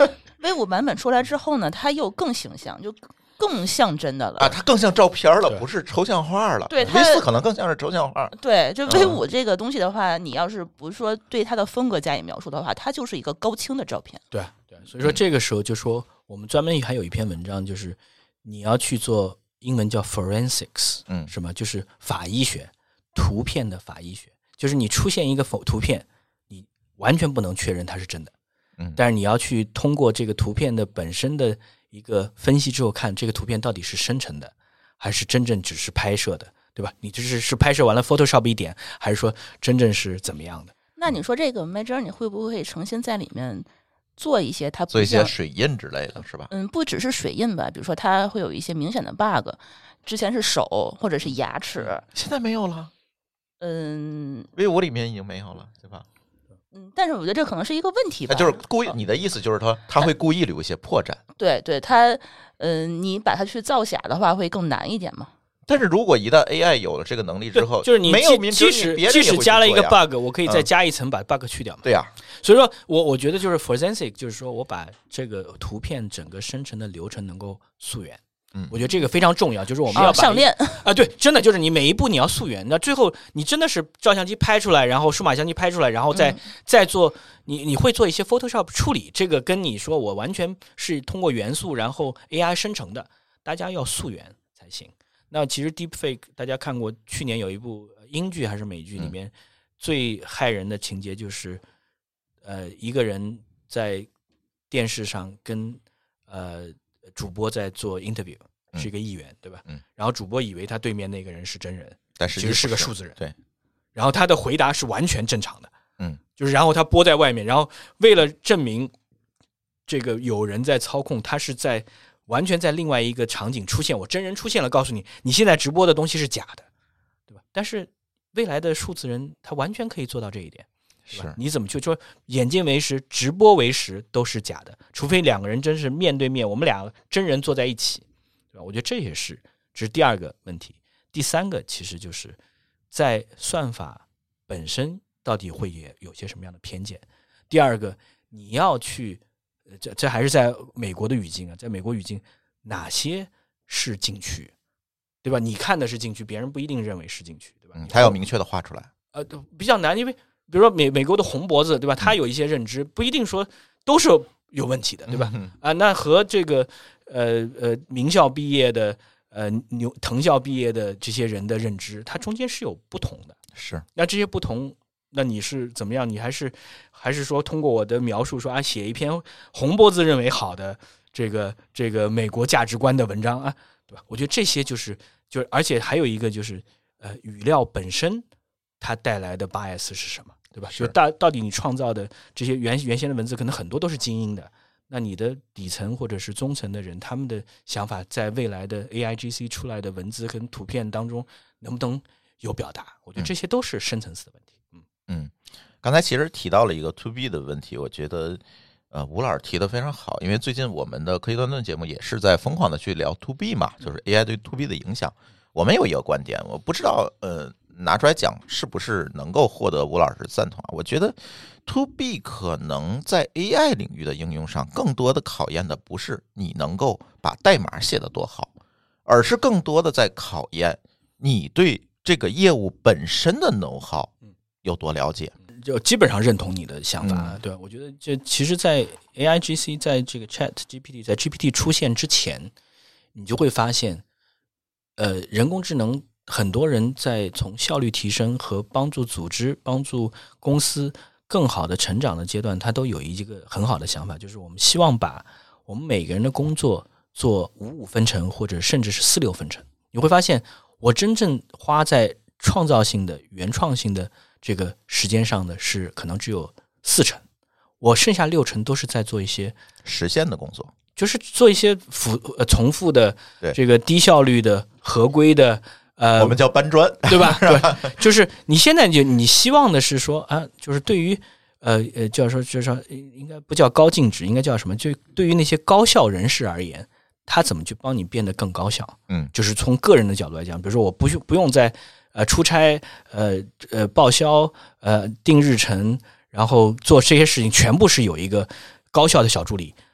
V 五版本出来之后呢，它又更形象，就更像真的了啊，它更像照片了，不是抽象画了。 对 ，V 四可能更像是抽象画。 对，就 V 五这个东西的话，嗯、你要是不是说对它的风格加以描述的话，它就是一个高清的照片。 对对，所以说这个时候就说，我们专门还有一篇文章，就是你要去做英文叫 forensics， 嗯， 什么就是法医学，图片的法医学，就是你出现一个图片，你完全不能确认它是真的， 嗯， 但是你要去通过这个图片的本身的一个分析之后，看这个图片到底是生成的，还是真正只是拍摄的，对吧？你这是是拍摄完了 Photoshop 一点，还是说真正是怎么样的？ 那你说这个 Midjourney 会不会重新在里面做一些它不做一些水印之类的，是吧？ 嗯，不只是水印吧，比如说它会有一些明显的 bug， 之前是手或者是牙齿， 现在没有了。 嗯 ，V 五里面已经没有了，对吧？ 嗯，但是我觉得这可能是一个问题吧。 就是故意，你的意思就是说他会故意留一些破绽。 对对，他嗯、呃，你把它去造假的话会更难一点嘛。 但是如果一旦 A I 有了这个能力之后， 就是你没有即使即使加了一个 bug， 我可以再加一层把 bug 去掉嘛。 对呀、啊， 所以说我我觉得就是 forensic， 就是说我把这个图片整个生成的流程能够溯源。 嗯， 我觉得这个非常重要，就是我们要把、 啊、上链啊，对，真的就是你每一步你要溯源，那最后你真的是照相机拍出来，然后数码相机拍出来，然后再、嗯、再做你你会做一些 Photoshop 处理，这个跟你说我完全是通过元素然后 A I 生成的，大家要溯源才行。那其实 Deepfake 大家看过，去年有一部英剧还是美剧里面、嗯、最骇人的情节就是，呃，一个人在电视上跟呃。主播在做 interview， 是一个议员、嗯、对吧、嗯？然后主播以为他对面那个人是真人， 但实际是个数字人。 对， 然后他的回答是完全正常的， 嗯， 就是然后他播在外面，然后为了证明这个有人在操控，他是在完全在另外一个场景出现，我真人出现了，告诉你你现在直播的东西是假的，对吧？但是未来的数字人他完全可以做到这一点。 是， 你怎么去说眼见为实，直播为实都是假的，除非两个人真是面对面，我们俩真人坐在一起，对吧？我觉得这也是，这是第二个问题。第三个其实就是在算法本身到底会也有些什么样的偏见。第二个，你要去，这这还是在美国的语境啊，在美国语境，哪些是禁区，对吧？你看的是禁区，别人不一定认为是禁区，对吧？ 嗯，他要明确的画出来， 呃，比较难，因为。比如说美美国的红脖子，对吧？他有一些认知，不一定说都是有问题的，对吧？ 嗯、 啊，那和这个呃呃名校毕业的呃牛藤校毕业的这些人的认知，它中间是有不同的。 是， 那这些不同，那你是怎么样？你还是还是说通过我的描述说啊，写一篇红脖子认为好的这个这个美国价值观的文章啊，对吧？我觉得这些就是就是，而且还有一个就是呃语料本身它带来的 bias 是什么？对吧？就到到底你创造的这些原原先的文字，可能很多都是精英的。那你的底层或者是中层的人，他们的想法在未来的 A I G C 出来的文字跟图片当中，能不能有表达？我觉得这些都是深层次的问题。嗯嗯，刚才其实提到了一个 to B 的问题，我觉得呃吴老师提的非常好，因为最近我们的科技乱炖节目也是在疯狂的去聊 to B 嘛，就是 A I 对 to B 的影响。我们有一个观点，我不知道呃。拿出来讲是不是能够获得吴老师赞同啊？我觉得 to B 可能在 A I 领域的应用上，更多的考验的不是你能够把代码写得多好，而是更多的在考验你对这个业务本身的 know how 有多了解。 就基本上认同你的想法，嗯、对，我觉得这其实，在 A I G C 在这个 Chat G P T 在 G P T 出现之前，你就会发现，呃，人工智能。很多人在从效率提升和帮助组织、帮助公司更好的成长的阶段，他都有一个很好的想法，就是我们希望把我们每个人的工作做五五分成，或者甚至是四六分成。你会发现，我真正花在创造性的、原创性的这个时间上的是可能只有四成，我剩下六成都是在做一些实现的工作， 就是做一些复呃重复的、这个低效率的、合规的。呃， 我们叫搬砖， 对吧？对，就是你现在就你希望的是说啊，就是对于呃呃，叫说就是说应该不叫高净值，应该叫什么？就对于那些高效人士而言，他怎么去帮你变得更高效？ 嗯， 就是从个人的角度来讲，比如说我不不用在呃出差、呃呃报销、呃定日程，然后做这些事情，全部是有一个高效的小助理。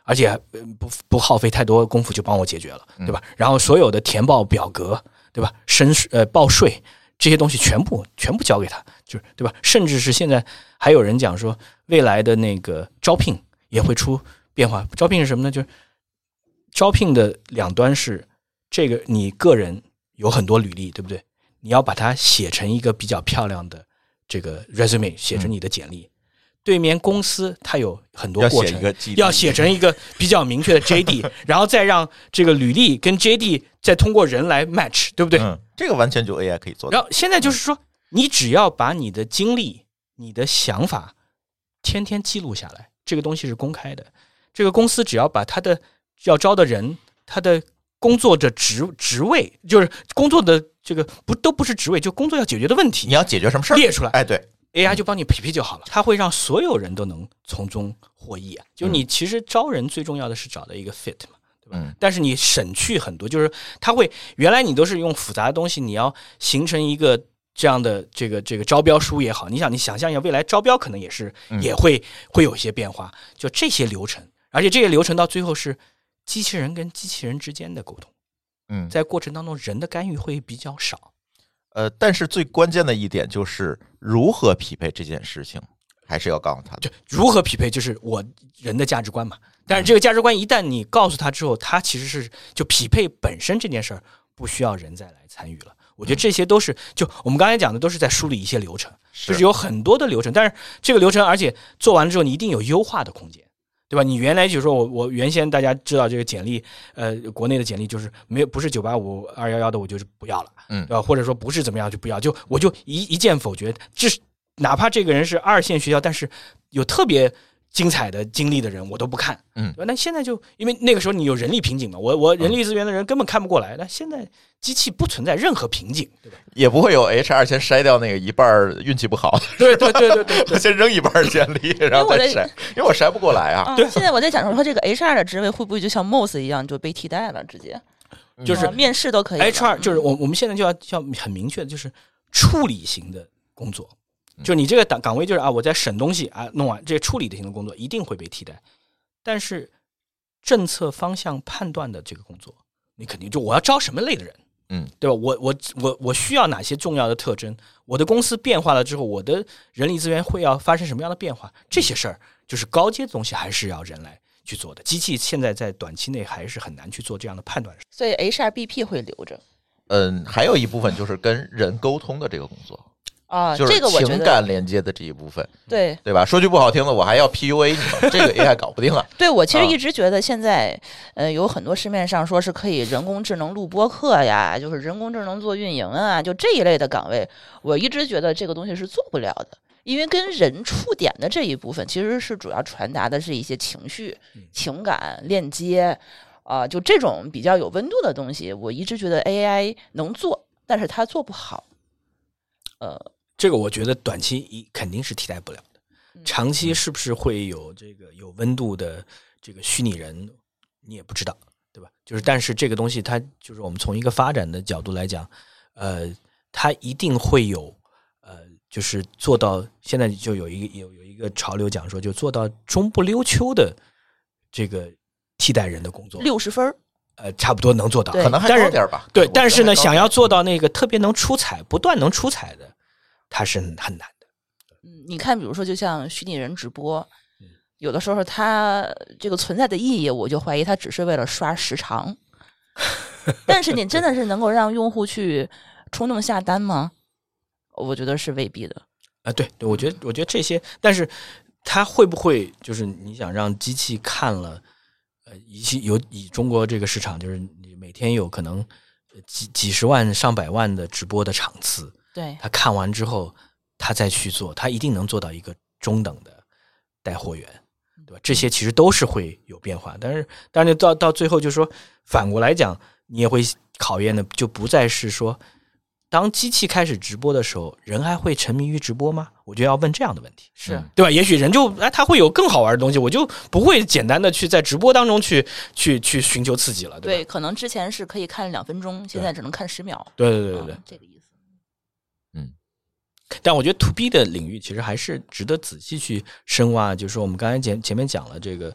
而且不不耗费太多功夫就帮我解决了，对吧？然后所有的填报表格，对吧？申呃报税这些东西全部全部交给他，就是对吧？甚至是现在还有人讲说，未来的那个招聘也会出变化。招聘是什么呢？就是招聘的两端是这个你个人有很多履历，对不对？你要把它写成一个比较漂亮的这个 resume， 写成你的简历。嗯，对面公司它有很多过程，要写成一个比较明确的 J D， 然后再让这个履历跟 J D 再通过人来 match， 对不对？ 嗯，这个完全就 A I 可以做到。 然后现在就是说，你只要把你的经历、你的想法天天记录下来，这个东西是公开的。这个公司只要把他的要招的人，他的工作的职职位，就是工作的这个不都不是职位，就工作要解决的问题， 你要解决什么事儿列出来， 哎，对。 A I 就帮你匹配就好了，它会让所有人都能从中获益啊！就是你其实招人最重要的是找到一个 fit 嘛，对吧？嗯、但是你省去很多，就是它会原来你都是用复杂的东西，你要形成一个这样的这个这个招标书也好，你想你想象一下，未来招标可能也是、嗯、也会会有一些变化，就这些流程，而且这些流程到最后是机器人跟机器人之间的沟通，嗯，在过程当中人的干预会比较少。 呃，但是最关键的一点就是如何匹配这件事情，还是要告诉他的。 就如何匹配，就是我人的价值观嘛。但是这个价值观一旦你告诉他之后，他其实是就匹配本身这件事儿不需要人再来参与了。我觉得这些都是就我们刚才讲的都是在梳理一些流程，就是有很多的流程，但是这个流程而且做完了之后你一定有优化的空间。对吧？你原来就是说我我原先大家知道这个简历，呃，国内的简历就是没有不是九八五二幺幺的我就是不要了，嗯，对吧？或者说不是怎么样就不要，就我就一一键否决。这是哪怕这个人是二线学校，但是有特别精彩的经历的人我都不看，嗯，对吧？那现在就因为那个时候你有人力瓶颈嘛，我我人力资源的人根本看不过来，那现在机器不存在任何瓶颈，对吧？ 也不会有 H R 先筛掉那个一半运气不好， 对对对对对， 对先扔一半简历，然后再筛，因为我筛不过来啊。 对，现在我在讲说这个 H R 的职位会不会就像 M O S 一样就被替代了，直接就是面试都可以。 H R 就是我我们现在就要要很明确的就是处理型的工作。就你这个岗岗位就是啊，我在审东西啊，弄完这些处理的型的工作一定会被替代，但是政策方向判断的这个工作，你肯定就我要招什么类的人，嗯，对吧？我我我我需要哪些重要的特征？我的公司变化了之后，我的人力资源会要发生什么样的变化？这些事儿就是高阶的东西，还是要人来去做的。机器现在在短期内还是很难去做这样的判断， 所以 H R B P 会留着。 嗯，还有一部分就是跟人沟通的这个工作。 啊， 就是这个我觉得情感连接的这一部分， 对对吧？说句不好听的，我还要 P U A 你们，这个 A I 搞不定啊。 对，我其实一直觉得现在，啊、呃，有很多市面上说是可以人工智能录播课呀，就是人工智能做运营啊，就这一类的岗位，我一直觉得这个东西是做不了的，因为跟人触点的这一部分其实是主要传达的是一些情绪、情感链接啊、呃，就这种比较有温度的东西，我一直觉得 A I 能做，但是它做不好，呃。 这个我觉得短期肯定是替代不了的，长期是不是会有这个有温度的这个虚拟人，你也不知道，对吧？就是但是这个东西它就是我们从一个发展的角度来讲，呃，它一定会有呃，就是做到现在就有一个有有一个潮流讲说，就做到中不溜秋的这个替代人的工作， 六十分。 呃，差不多能做到， 可能还高点吧。 对，但是呢，想要做到那个特别能出彩、不断能出彩的。它是很难的， 嗯，你看，比如说，就像虚拟人直播，有的时候它这个存在的意义，我就怀疑它只是为了刷时长。但是你真的是能够让用户去冲动下单吗？我觉得是未必的。 啊，对对，我觉得我觉得这些，但是它会不会就是你想让机器看了，呃，以有以中国这个市场，就是你每天有可能几几十万、上百万的直播的场次。 对， 他看完之后，他再去做，他一定能做到一个中等的带货员，对吧？这些其实都是会有变化，但是，但是到到最后，就是说反过来讲，你也会考验的，就不再是说，当机器开始直播的时候，人还会沉迷于直播吗？我就要问这样的问题， 是对吧？也许人就哎，他会有更好玩的东西，我就不会简单的去在直播当中去去去寻求刺激了，对吧？ 对，可能之前是可以看两分钟，现在只能看十秒。 对对对对对， 嗯、这个意思。 嗯，但我觉得 to B 的领域其实还是值得仔细去深挖。就是说，我们刚才前前面讲了这个，呃，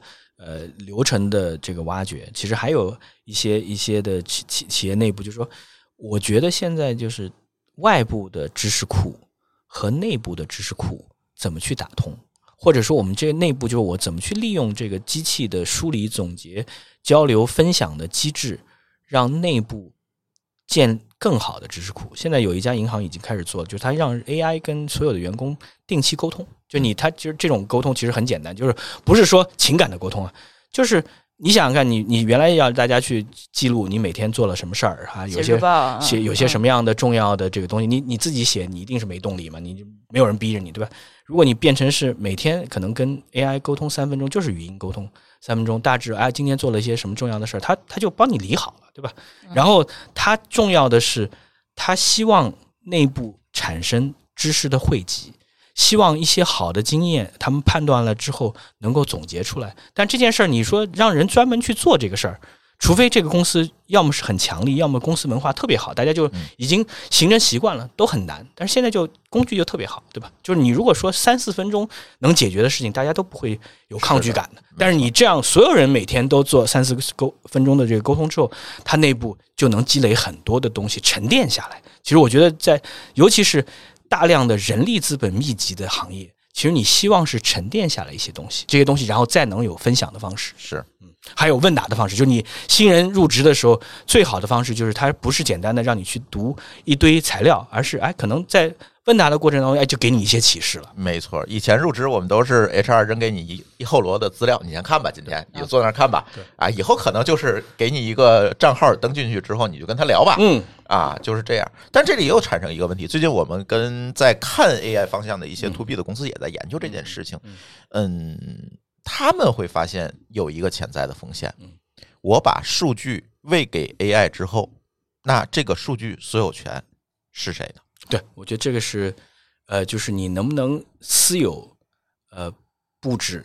呃流程的这个挖掘，其实还有一些一些的企企企业内部，就是说，我觉得现在就是外部的知识库和内部的知识库怎么去打通，或者说我们这个内部就是我怎么去利用这个机器的梳理、总结、交流、分享的机制，让内部建更好的知识库。现在有一家银行已经开始做了，就是它让 A I 跟所有的员工定期沟通。就你，它其实这种沟通其实很简单，就是不是说情感的沟通啊，就是你想想看，你你原来要大家去记录你每天做了什么事儿哈，有些写有些什么样的重要的这个东西，你你自己写，你一定是没动力嘛，你没有人逼着你，对吧？如果你变成是每天可能跟 A I 沟通三分钟，就是语音沟通三分钟，大致哎今天做了一些什么重要的事儿，他他就帮你理好了，对吧？然后他重要的是，他希望内部产生知识的汇集。希望一些好的经验他们判断了之后能够总结出来，但这件事儿你说让人专门去做这个事儿，除非这个公司要么是很强力，要么公司文化特别好，大家就已经形成习惯了，都很难。但是现在就工具就特别好，对吧？就是你如果说三四分钟能解决的事情，大家都不会有抗拒感的。但是你这样所有人每天都做三四分钟的这个沟通之后，它内部就能积累很多的东西沉淀下来。其实我觉得在尤其是大量的人力资本密集的行业，其实你希望是沉淀下来一些东西，这些东西然后再能有分享的方式， 是， 嗯，还有问答的方式，就是你新人入职的时候，最好的方式就是它不是简单的让你去读一堆材料，而是哎，可能在问答的过程当中，哎，就给你一些启示了。 没错，以前入职我们都是 H R 扔给你一一后摞的资料，你先看吧，今天你就坐那儿看吧。啊，以后可能就是给你一个账号登进去之后，你就跟他聊吧。 嗯， 啊，就是这样。但这里又产生一个问题，最近我们跟在看 A I 方向的一些 to B 的公司也在研究这件事情。嗯，他们会发现有一个潜在的风险。我把数据喂给 A I 之后，那这个数据所有权是谁的？ 对，我觉得这个是，呃，就是你能不能私有，呃，布置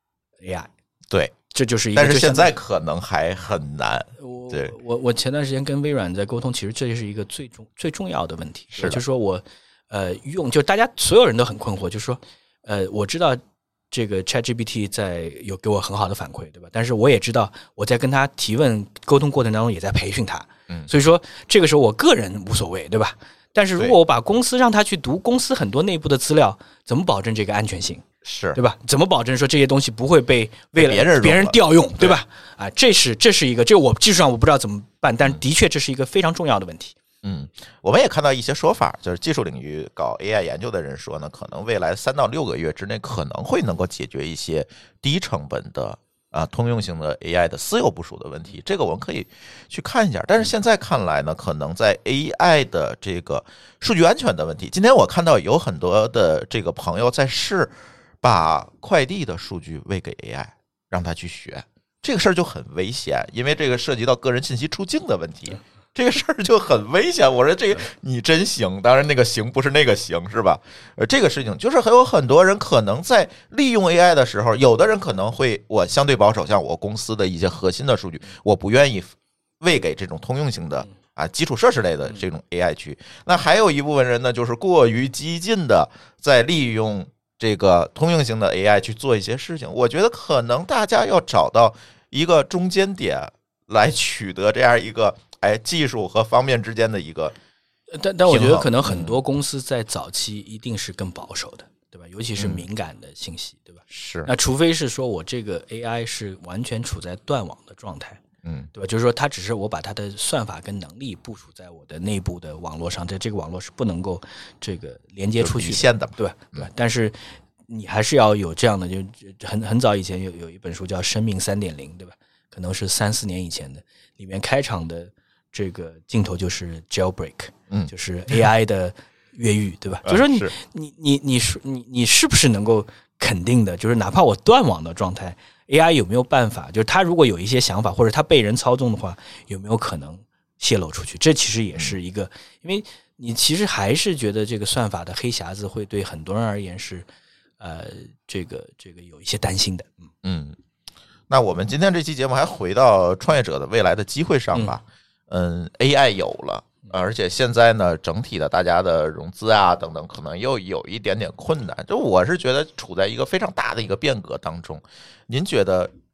A I？ 对， 这就是一个。 但是现在可能还很难。对， 我我前段时间跟微软在沟通，其实这是一个最重最重要的问题， 是就是说我呃用，就大家所有人都很困惑，就是说呃我知道这个 ChatGPT 在有给我很好的反馈，对吧？但是我也知道我在跟他提问沟通过程当中也在培训他， 嗯， 所以说这个时候我个人无所谓，对吧？但是如果我把公司让他去读公司很多内部的资料，怎么保证这个安全性？ 是对吧？怎么保证说这些东西不会被为了别人别人调用，对吧？啊，这是这是一个，这我技术上我不知道怎么办，但的确这是一个非常重要的问题。 嗯，我们也看到一些说法，就是技术领域搞 A I 研究的人说呢，可能未来三到六个月之内可能会能够解决一些低成本的啊通用性的 A I 的私有部署的问题，这个我们可以去看一下。但是现在看来呢，可能在 A I 的这个数据安全的问题，今天我看到有很多的这个朋友在试把快递的数据喂给 A I， 让他去学，这个事儿就很危险，因为这个涉及到个人信息出境的问题。这个事儿就很危险，我说这个你真行，当然那个行不是那个行，是吧？呃，这个事情就是还有很多人可能在利用 A I 的时候，有的人可能会我相对保守，像我公司的一些核心的数据，我不愿意喂给这种通用性的啊基础设施类的这种 A I 去。那还有一部分人呢，就是过于激进的在利用这个通用性的 A I 去做一些事情。我觉得可能大家要找到一个中间点来取得这样一个。哎，技术和方面之间的一个， 但但我觉得可能很多公司在早期一定是更保守的，对吧？尤其是敏感的信息，对吧？ 是。 那除非是说我这个 A I 是完全处在断网的状态， 嗯， 对吧？就是说它只是我把它的算法跟能力部署在我的内部的网络上，在这个网络是不能够这个连接出去线的， 对吧？对吧？但是你还是要有这样的，就很很早以前有有一本书叫《生命三点零》，对吧？可能是三四年以前的，里面开场的。这个镜头就是 jailbreak， 嗯， 就是 A I 的越狱，对吧？就是说你你你你是你你是不是能够肯定的，就是哪怕我断网的状态 ，A I 有没有办法？就是它如果有一些想法，或者它被人操纵的话，有没有可能泄露出去？这其实也是一个，因为你其实还是觉得这个算法的黑匣子会对很多人而言是呃这个这个有一些担心的。嗯嗯，那我们今天这期节目还回到创业者的未来的机会上吧。嗯嗯 ，A I 有了，而且现在呢，整体的大家的融资啊等等，可能又有一点点困难。就我是觉得处在一个非常大的一个变革当中。您觉得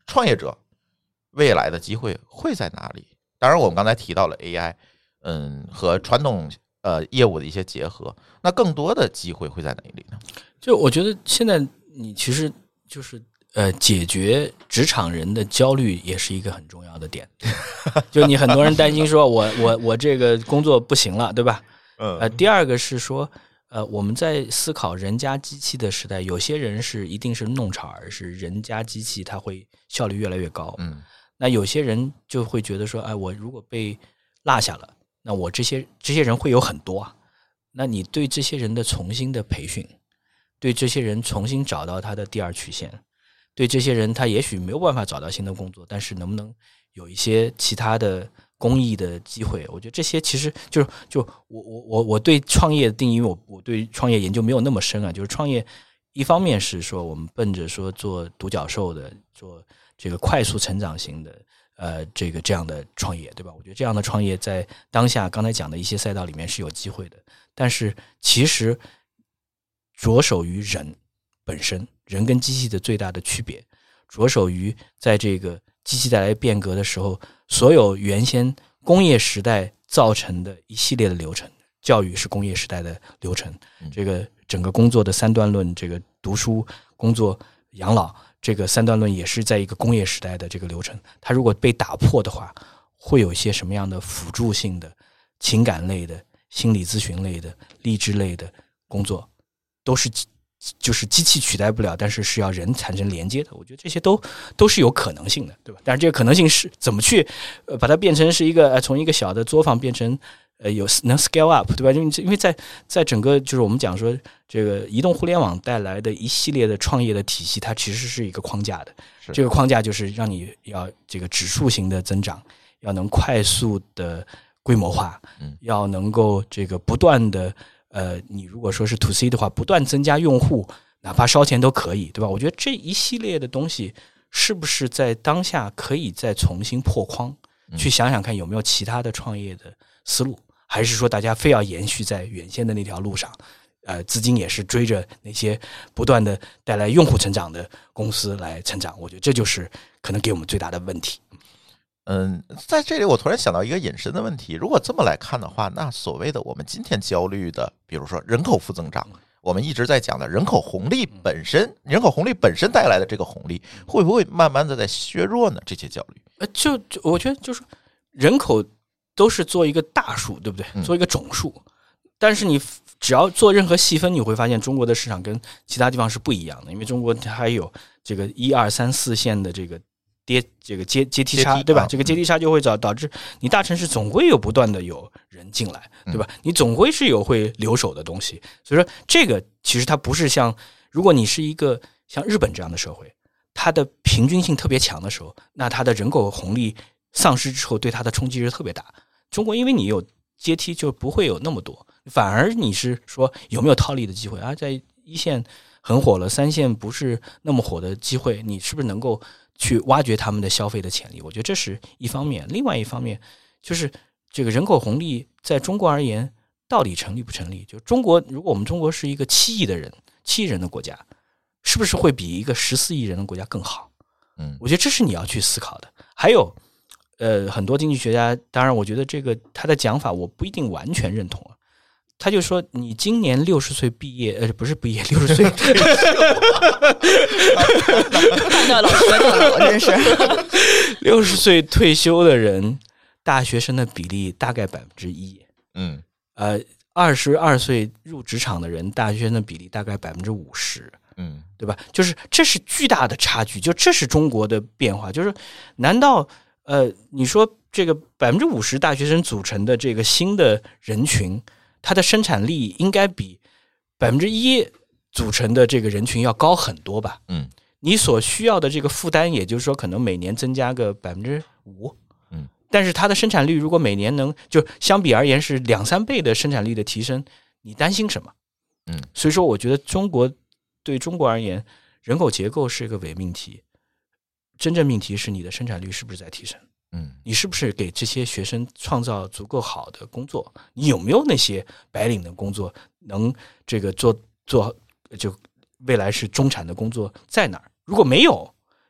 创业者未来的机会会在哪里？当然，我们刚才提到了 A I， 嗯，和传统呃业务的一些结合，那更多的机会会在哪里呢？ 就我觉得现在你其实就是呃，解决职场人的焦虑也是一个很重要的点。就你很多人担心说我我我这个工作不行了，对吧？ 嗯。 呃，第二个是说。呃，我们在思考人加机器的时代，有些人是一定是弄潮儿，是人加机器，它会效率越来越高。 嗯， 那有些人就会觉得说，哎，我如果被落下了，那我这些这些人会有很多啊。那你对这些人的重新的培训，对这些人重新找到他的第二曲线，对这些人他也许没有办法找到新的工作，但是能不能有一些其他的公益的机会，我觉得这些其实就是就我我我我对创业的定义，因为我我对创业研究没有那么深啊。就是创业，一方面是说我们奔着说做独角兽的，做这个快速成长型的，呃，这个这样的创业，对吧？我觉得这样的创业在当下刚才讲的一些赛道里面是有机会的，但是其实着手于人本身，人跟机器的最大的区别，着手于在这个机器带来变革的时候，所有原先工业时代造成的一系列的流程，教育是工业时代的流程，这个整个工作的三段论，这个读书、工作、养老，这个三段论也是在一个工业时代的这个流程。它如果被打破的话，会有一些什么样的辅助性的、情感类的、心理咨询类的、励志类的工作，都是就是机器取代不了，但是是要人产生连接的。我觉得这些都都是有可能性的，对吧？但是这个可能性是怎么去呃把它变成是一个呃从一个小的作坊变成呃有能 scale up， 对吧？因为因为在在整个就是我们讲说这个移动互联网带来的一系列的创业的体系，它其实是一个框架的。这个框架就是让你要这个指数型的增长，要能快速的规模化， 嗯， 要能够这个不断的。呃，你如果说是 to C 的话，不断增加用户，哪怕烧钱都可以，对吧？我觉得这一系列的东西，是不是在当下可以再重新破框，去想想看有没有其他的创业的思路，还是说大家非要延续在原先的那条路上？呃，资金也是追着那些不断的带来用户成长的公司来成长，我觉得这就是可能给我们最大的问题。 嗯，在这里我突然想到一个引申的问题，如果这么来看的话，那所谓的我们今天焦虑的，比如说人口负增长，我们一直在讲的人口红利本身，人口红利本身带来的这个红利，会不会慢慢的在削弱呢？这些焦虑， 呃，就就我觉得就是人口都是做一个大数，对不对？做一个总数，嗯、但是你只要做任何细分，你会发现中国的市场跟其他地方是不一样的，因为中国还有这个一二三四线的这个。阶这个阶阶梯差，对吧？这个阶梯差就会导导致你大城市总归有不断的有人进来，对吧？你总归是有会留守的东西，所以说这个其实它不是像，如果你是一个像日本这样的社会，它的平均性特别强的时候，那它的人口红利丧失之后，对它的冲击是特别大。中国因为你有阶梯，就不会有那么多，反而你是说有没有套利的机会啊？在一线很火了，三线不是那么火的机会，你是不是能够去挖掘他们的消费的潜力？我觉得这是一方面。另外一方面就是这个人口红利在中国而言到底成立不成立？就中国，如果我们中国是一个七亿的人七亿人的国家，是不是会比一个十四亿人的国家更好？ 嗯， 我觉得这是你要去思考的。还有呃，很多经济学家，当然我觉得这个他的讲法我不一定完全认同啊。他就说，你今年六十岁毕业，呃，不是毕业，六十岁， 看到老学到了，真是六十岁退休的人，大学生的比例大概百分之一， 嗯， 呃，二十二岁入职场的人，大学生的比例大概百分之五十， 嗯， 对吧？就是这是巨大的差距，就这是中国的变化。就是难道呃，你说这个百分之五十大学生组成的这个新的人群？它的生产力应该比百分之一组成的这个人群要高很多吧？ 嗯， 你所需要的这个负担，也就是说，可能每年增加个百分之五， 嗯， 但是它的生产率如果每年能就相比而言是两三倍的生产力的提升，你担心什么？ 嗯， 所以说，我觉得中国对中国而言，人口结构是一个伪命题，真正命题是你的生产率是不是在提升？ 嗯， 你是不是给这些学生创造足够好的工作？你有没有那些白领的工作能这个做做就未来是中产的工作在哪儿？如果没有，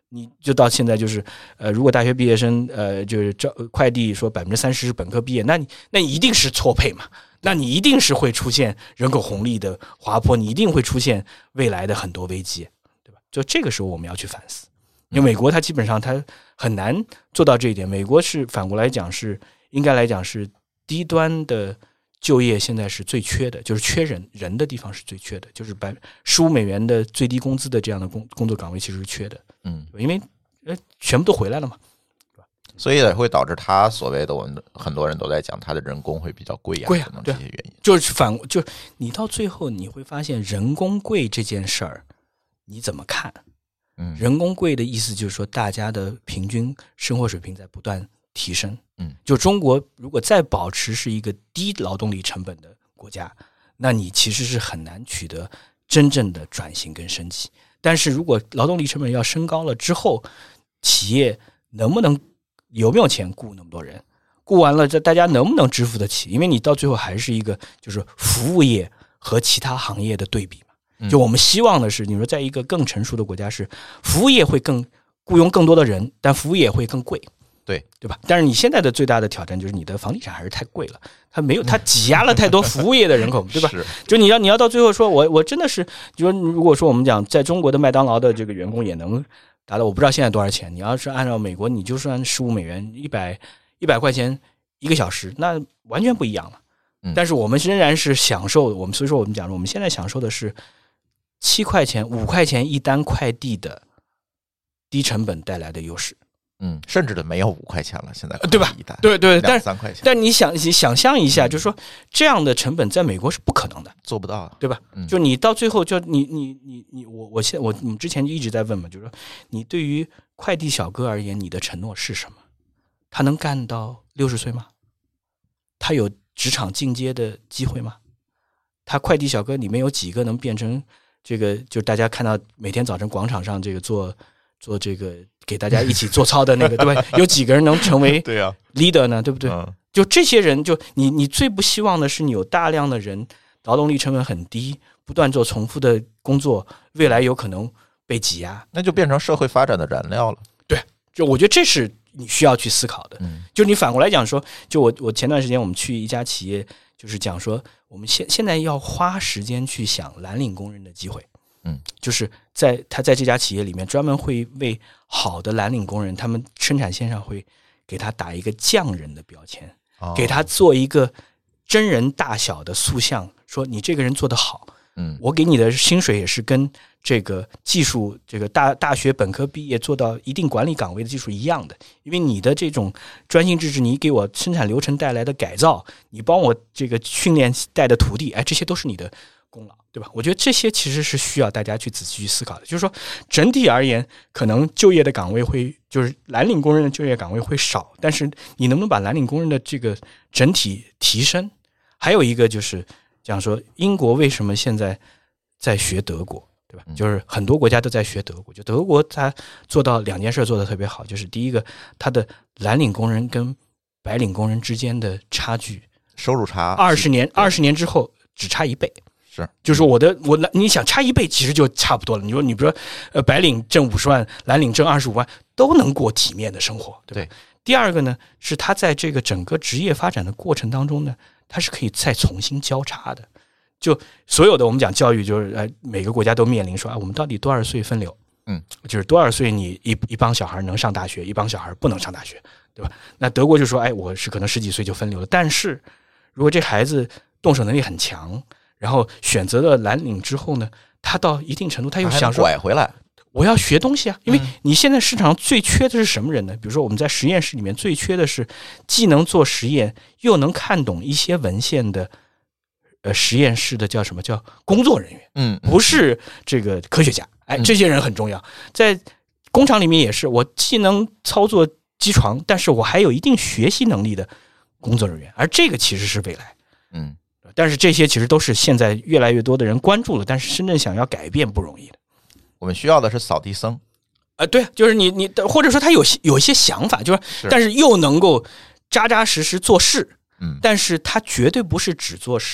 你就到现在就是呃，如果大学毕业生呃就是招快递说百分之三十是本科毕业，那你那你一定是错配嘛，那你一定是会出现人口红利的滑坡，你一定会出现未来的很多危机，对吧？就这个时候我们要去反思，因为美国它基本上它很难做到这一点，美国是反过来讲是应该来讲是低端的就业现在是最缺的，就是缺人人的地方是最缺的，就是百十五美元的最低工资的这样的工工作岗位其实是缺的， 嗯， 因为呃全部都回来了嘛， 所以也会导致他所谓的我们很多人都在讲他的人工会比较贵呀， 贵啊， 可能这些原因， 就是反就你到最后你会发现人工贵这件事儿你怎么看？ 嗯， 人工贵的意思就是说大家的平均生活水平在不断提升。 嗯， 就中国如果再保持是一个低劳动力成本的国家，那你其实是很难取得真正的转型跟升级。但是如果劳动力成本要升高了之后，企业能不能有没有钱雇那么多人？雇完了，这大家能不能支付得起？因为你到最后还是一个就是服务业和其他行业的对比嘛。就我们希望的是，你说在一个更成熟的国家是服务业会更雇佣更多的人，但服务业会更贵。 对对吧？但是你现在的最大的挑战就是你的房地产还是太贵了，它没有它挤压了太多服务业的人口，对吧？ 是， 就你要你要到最后说，我我真的是，就说如果说我们讲在中国的麦当劳的这个员工也能达到，我不知道现在多少钱。你要是按照美国，你就算十五美元，一百一百块钱一个小时，那完全不一样了。 嗯、 但是我们仍然是享受我们，所以说我们讲我们现在享受的是七块钱、五块钱一单快递的低成本带来的优势。 嗯，甚至的没有五块钱了，现在对吧？对对，但三块钱。 但你想你想象一下，就是说这样的成本在美国是不可能的， 做不到， 对吧？ 嗯、 就你到最后，就你你你你我我现我我们之前就一直在问嘛，就是说你对于快递小哥而言，你的承诺是什么？他能干到六十岁吗？他有职场进阶的机会吗？他快递小哥里面有几个能变成这个？就大家看到每天早晨广场上这个做做这个。给大家一起做操的那个，对吧？有几个人能成为 leader 呢？对不对？就这些人，就你你最不希望的是你有大量的人，劳动力成本很低，不断做重复的工作，未来有可能被挤压， 那就变成社会发展的燃料了。 对，就我觉得这是你需要去思考的。 嗯， 就你反过来讲说，就我我前段时间我们去一家企业，就是讲说，我们现现在要花时间去想蓝领工人的机会。 嗯， 就是在他在这家企业里面专门会为好的蓝领工人，他们生产线上会给他打一个匠人的标签， 哦、 给他做一个真人大小的塑像，说你这个人做得好， 嗯， 我给你的薪水也是跟这个技术这个大大学本科毕业做到一定管理岗位的技术一样的，因为你的这种专心致志，你给我生产流程带来的改造，你帮我这个训练带的徒弟，哎，这些都是你的功劳，对吧？我觉得这些其实是需要大家去仔细去思考的。就是说，整体而言，可能就业的岗位会，就是蓝领工人的就业岗位会少，但是你能不能把蓝领工人的这个整体提升？还有一个就是讲说，英国为什么现在在学德国，对吧？就是很多国家都在学德国，就德国它做到两件事做得特别好，就是第一个，它的蓝领工人跟白领工人之间的差距， 收入差， 二十年二十年之后只差一倍。 是， 就是我的我你想差一倍其实就差不多了。你说你比如说呃白领挣五十万，蓝领挣二十五万，都能过体面的生活，对吧？ 对。 第二个呢，是他在这个整个职业发展的过程当中呢，他是可以再重新交叉的。就所有的我们讲教育，就是呃每个国家都面临说啊，我们到底多少岁分流？ 嗯， 就是多少岁你一一帮小孩能上大学，一帮小孩不能上大学，对吧？那德国就说，哎，我是可能十几岁就分流了，但是如果这孩子动手能力很强。然后选择了蓝领之后呢，他到一定程度他又想说拐回来， 我要学东西啊，因为你现在市场上最缺的是什么人呢？比如说我们在实验室里面最缺的是既能做实验又能看懂一些文献的呃实验室的叫什么叫工作人员， 嗯， 不是这个科学家，哎，这些人很重要。在工厂里面也是，我既能操作机床，但是我还有一定学习能力的工作人员，而这个其实是未来， 嗯。 但是这些其实都是现在越来越多的人关注了，但是真正想要改变不容易的。 我们需要的是扫地僧， 呃，对，就是你你或者说他有有一些想法，就是， 是但是又能够扎扎实实做事， 嗯， 但是他绝对不是只做事，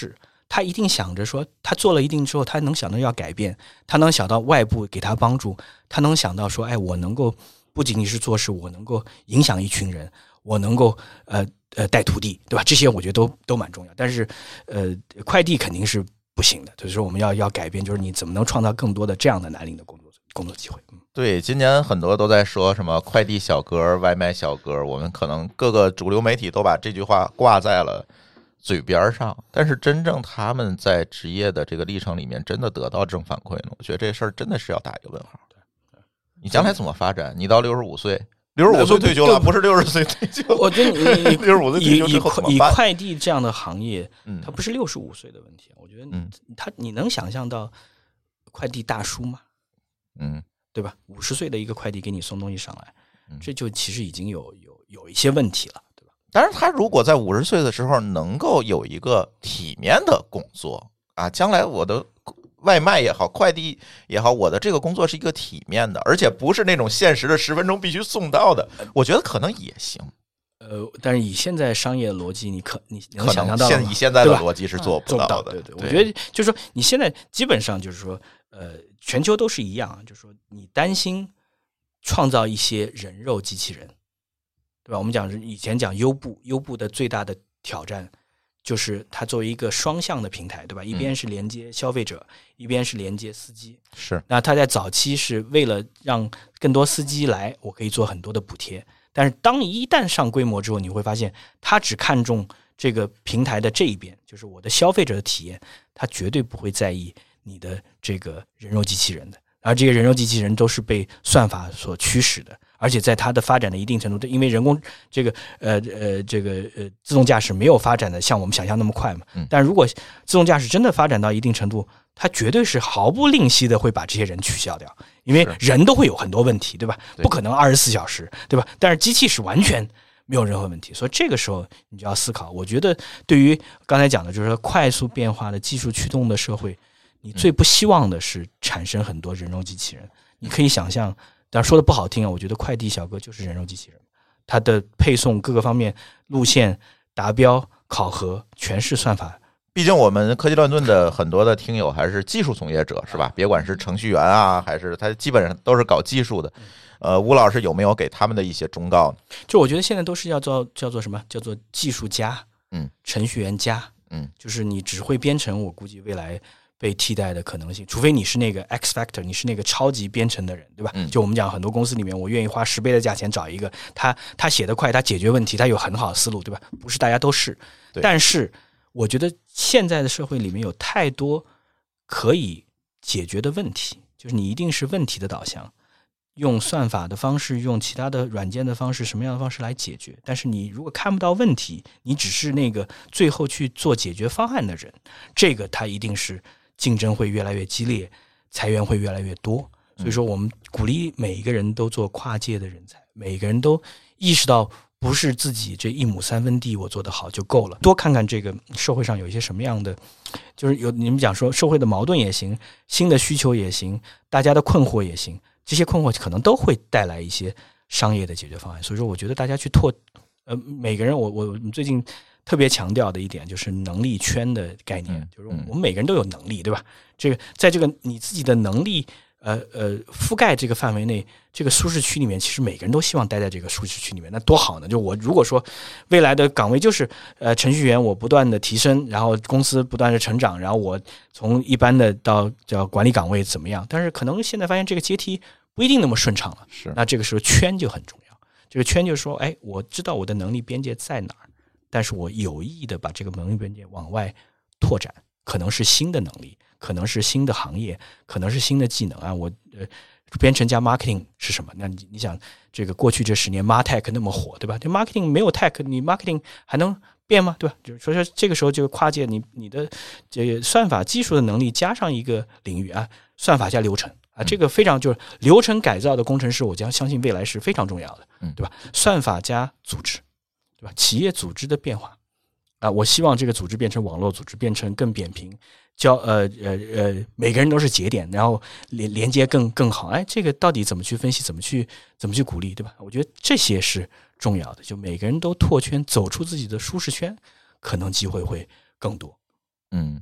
他一定想着说，他做了一定之后，他能想到要改变，他能想到外部给他帮助，他能想到说，哎，我能够不仅仅是做事，我能够影响一群人，我能够呃呃带徒弟，对吧？这些我觉得都都蛮重要。但是呃，快递肯定是不行的，所以说我们要要改变，就是你怎么能创造更多的这样的蓝领的工作工作机会。嗯， 对，今年很多都在说什么快递小哥、外卖小哥，我们可能各个主流媒体都把这句话挂在了嘴边上，但是真正他们在职业的这个历程里面真的得到正反馈呢？我觉得这事儿真的是要打一个问号。你将来怎么发展？你到六十五岁，六十五岁退休了，不是六十岁退休。 我觉得你六十五岁退休之后怎么办？ 以快递这样的行业， 嗯， 它不是六十五岁的问题。我觉得， 嗯， 他你能想象到快递大叔吗？ 嗯， 对吧？五十岁的一个快递给你送东西上来， 嗯， 这就其实已经有有有一些问题了，对吧？ 但是他如果在五十岁的时候能够有一个体面的工作啊，将来我的外卖也好，快递也好，我的这个工作是一个体面的，而且不是那种限时的十分钟必须送到的，我觉得可能也行。 呃，但是以现在商业逻辑，你可你能想象到现以现在的逻辑是做不到的。 对对，我觉得就是说，你现在基本上就是说，呃，全球都是一样，就是说，你担心创造一些人肉机器人，对吧？我们讲以前讲优步，优步的最大的挑战就是它作为一个双向的平台，对吧？一边是连接消费者，嗯、一边是连接司机。 是。 那它在早期是为了让更多司机来，我可以做很多的补贴。但是当一旦上规模之后，你会发现它只看重这个平台的这一边，就是我的消费者的体验，它绝对不会在意你的这个人肉机器人的。而这些人肉机器人都是被算法所驱使的，而且在它的发展的一定程度，因为人工这个呃呃这个呃自动驾驶没有发展的像我们想象那么快嘛。但如果自动驾驶真的发展到一定程度，它绝对是毫不吝惜的会把这些人取消掉，因为人都会有很多问题，对吧？不可能二十四小时，对吧？但是机器是完全没有任何问题，所以这个时候你就要思考。我觉得对于刚才讲的，就是说快速变化的技术驱动的社会，你最不希望的是产生很多人肉机器人。你可以想象，但说的不好听啊，我觉得快递小哥就是人肉机器人，它的配送各个方面、路线、达标、考核全是算法。 毕竟我们科技乱炖的很多的听友还是技术从业者，是吧？别管是程序员啊，还是他基本上都是搞技术的。呃，吴老师有没有给他们的一些忠告呢？ 就我觉得现在都是要做叫做什么？叫做技术家， 嗯， 程序员家， 嗯， 就是你只会编程，我估计未来被替代的可能性，除非你是那个 X Factor， 你是那个超级编程的人，对吧？ 嗯、 就我们讲很多公司里面，我愿意花十倍的价钱找一个他，他写得快，他解决问题，他有很好的思路，对吧？不是大家都是，但是我觉得现在的社会里面有太多可以解决的问题，就是你一定是问题的导向，用算法的方式，用其他的软件的方式，什么样的方式来解决。但是你如果看不到问题，你只是那个最后去做解决方案的人，这个它一定是竞争会越来越激烈，裁员会越来越多。所以说我们鼓励每一个人都做跨界的人才，每一个人都意识到不是自己这一亩三分地我做得好就够了，多看看这个社会上有一些什么样的，就是有你们讲说社会的矛盾也行，新的需求也行，大家的困惑也行，这些困惑可能都会带来一些商业的解决方案。所以说我觉得大家去拓呃每个人，我我最近特别强调的一点就是能力圈的概念， 嗯、 就是我们每个人都有能力，对吧？这个在这个你自己的能力呃呃覆盖这个范围内，这个舒适区里面，其实每个人都希望待在这个舒适区里面，那多好呢！就我如果说未来的岗位就是呃程序员，我不断的提升，然后公司不断的成长，然后我从一般的到叫管理岗位怎么样？但是可能现在发现这个阶梯不一定那么顺畅了， 是。 那这个时候圈就很重要。这个圈就是说，哎，我知道我的能力边界在哪儿，但是我有意的把这个能力边界往外拓展，可能是新的能力。可能是新的行业，可能是新的技能啊！我呃，编程加 marketing 是什么？那你你想，这个过去这十年 martech 那么火，对吧？这 marketing 没有 tech， 你 marketing 还能变吗？对吧？就是所以说这个时候就跨界，你你的这个算法技术的能力加上一个领域啊，算法加流程啊，这个非常就是流程改造的工程师，我将相信未来是非常重要的，对吧？算法加组织，对吧？企业组织的变化啊，我希望这个组织变成网络组织，变成更扁平。交呃呃呃，每个人都是节点，然后连连接更更好。哎，这个到底怎么去分析？怎么去怎么去鼓励，对吧？我觉得这些是重要的。就每个人都拓圈，走出自己的舒适圈，可能机会会更多。 嗯，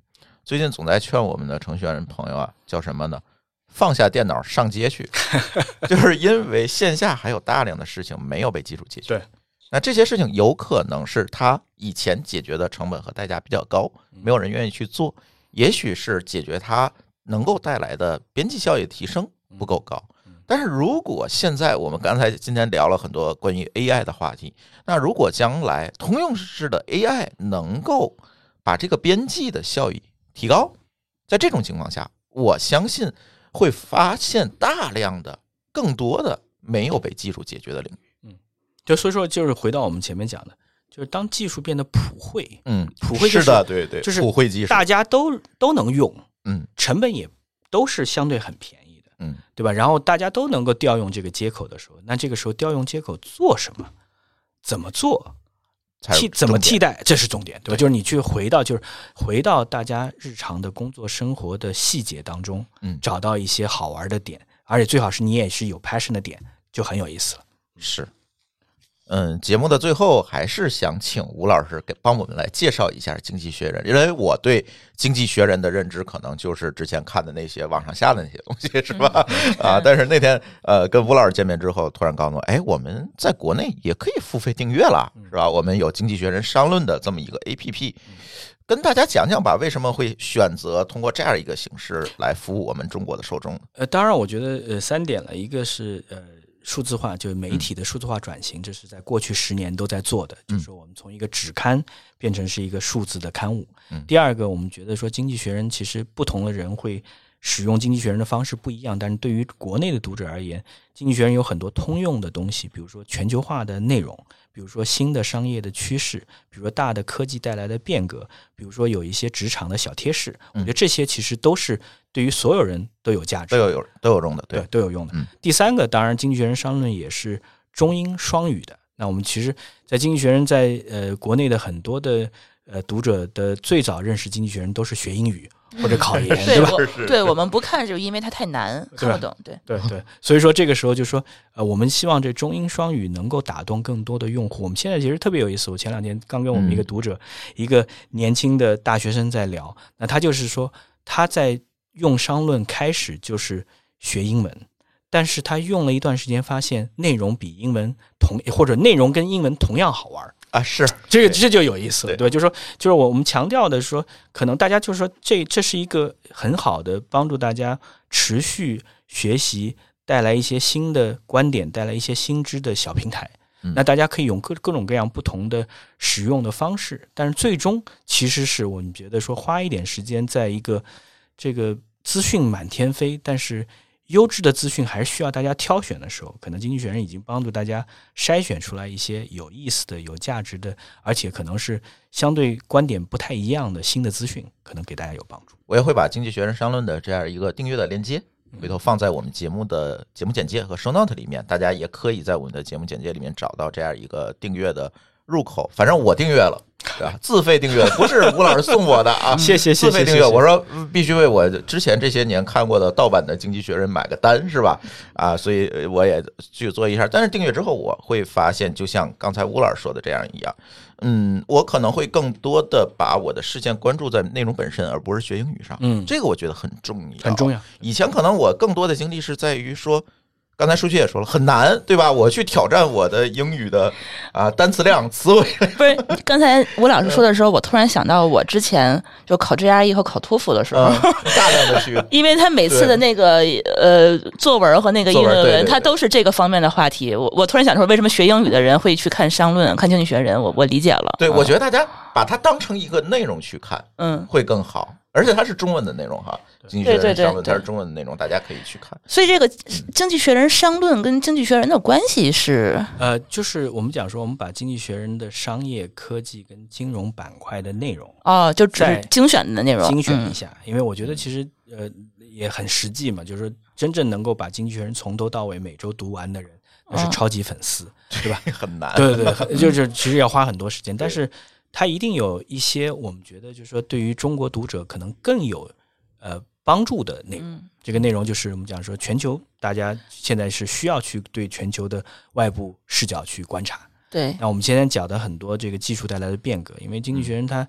最近总在劝我们的程序员朋友啊，叫什么呢？放下电脑上街去，就是因为线下还有大量的事情没有被技术解决。 对， 那这些事情有可能是他以前解决的成本和代价比较高，没有人愿意去做，也许是解决它能够带来的边际效益提升不够高。但是如果现在我们刚才今天聊了很多关于 A I 的话题，那如果将来通用式的 A I 能够把这个边际的效益提高，在这种情况下，我相信会发现大量的更多的没有被技术解决的领域。 嗯，就所以说就是回到我们前面讲的，就是当技术变得普惠， 嗯， 普惠、就是、 是的，对对， 就是普惠技术， 大家都都能用， 嗯， 成本也都是相对很便宜的， 嗯， 对吧？然后大家都能够调用这个接口的时候，那这个时候调用接口做什么？怎么做？替怎么替代？这是重点，对吧？对，就是你去回到，就是回到大家日常的工作生活的细节当中， 嗯， 找到一些好玩的点，而且最好是你也是有 passion 的点，就很有意思了。 是。嗯，节目的最后还是想请吴老师给帮我们来介绍一下《经济学人》，因为我对《经济学人》的认知可能就是之前看的那些网上下的那些东西，是吧？嗯、啊，但是那天呃跟吴老师见面之后，突然告诉我，哎，我们在国内也可以付费订阅了，是吧？我们有《经济学人》商论的这么一个 A P P， 跟大家讲讲吧，为什么会选择通过这样一个形式来服务我们中国的受众？ 呃，当然，我觉得呃三点了，一个是呃。数字化就是媒体的数字化转型，这是在过去十年都在做的，就是我们从一个纸刊变成是一个数字的刊物。第二个，我们觉得说《经济学人》其实不同的人会使用《经济学人》的方式不一样，但是对于国内的读者而言，《经济学人》有很多通用的东西，比如说全球化的内容，比如说新的商业的趋势，比如说大的科技带来的变革，比如说有一些职场的小贴士，我觉得这些其实都是对于所有人都有价值， 都有都有用的，对， 对都有用的。 嗯、 第三个，当然，《经济学人》商论也是中英双语的。那我们其实，在《经济学人》在呃国内的很多的呃读者的最早认识《经济学人》都是学英语或者考研， 对吧？ 我对我们不看，就因为它太难，看不懂。对对对，所以说这个时候就说，呃，我们希望这中英双语能够打动更多的用户。我们现在其实特别有意思，我前两天刚跟我们一个读者，嗯、一个年轻的大学生在聊，那他就是说他在用商论开始就是学英文，但是他用了一段时间，发现内容比英文同或者内容跟英文同样好玩啊，是这个这就有意思了， 对, 对，就是说，就是我们强调的说，可能大家就是说，这这是一个很好的帮助大家持续学习，带来一些新的观点，带来一些新知的小平台。嗯、那大家可以用各各种各样不同的使用的方式，但是最终其实是我们觉得说，花一点时间在一个这个资讯满天飞，但是优质的资讯还是需要大家挑选的时候，可能经济学人已经帮助大家筛选出来一些有意思的、有价值的，而且可能是相对观点不太一样的新的资讯，可能给大家有帮助。 我也会把经济学人商论的这样一个订阅的链接回头放在我们节目的节目简介和 show note 里面，大家也可以在我们的节目简介里面找到这样一个订阅的入口。反正我订阅了，对吧？自费订阅，不是吴老师送我的啊！ 谢谢谢谢。 自费订阅，我说必须为我之前这些年看过的盗版的《经济学人》买个单，是吧？啊，所以我也去做一下。但是订阅之后，我会发现，就像刚才吴老师说的这样一样，嗯，我可能会更多的把我的视线关注在内容本身，而不是学英语上。 嗯， 这个我觉得很重要， 很重要。 以前可能我更多的精力是在于说。刚才舒淇也说了，很难，对吧？我去挑战我的英语的啊单词量、词汇。 不是，刚才吴老师说的时候，我突然想到，我之前就考 G R E 和考托福的时候， 嗯、大量的去， 因为他每次的那个呃作文和那个英文，它都是这个方面的话题。我我突然想说，为什么学英语的人会去看商论、看经济学人？我我理解了。 对，我觉得大家把它当成一个内容去看， 嗯， 会更好。而且它是中文的内容哈，经济学人商论它是中文的内容，大家可以去看。 所以这个经济学人商论跟经济学人的关系是， 呃，就是我们讲说，我们把经济学人的商业、科技跟金融板块的内容哦，就只是精选的内容， 精选一下。嗯、因为我觉得其实呃也很实际嘛，就是说真正能够把经济学人从头到尾每周读完的人，那是超级粉丝，哦、对吧？ 很难， 对对对，就是其实要花很多时间，但是。它一定有一些我们觉得就是说对于中国读者可能更有呃帮助的内容、嗯、这个内容就是我们讲说全球大家现在是需要去对全球的外部视角去观察。 对， 那我们现在讲的很多这个技术带来的变革，因为经济学人它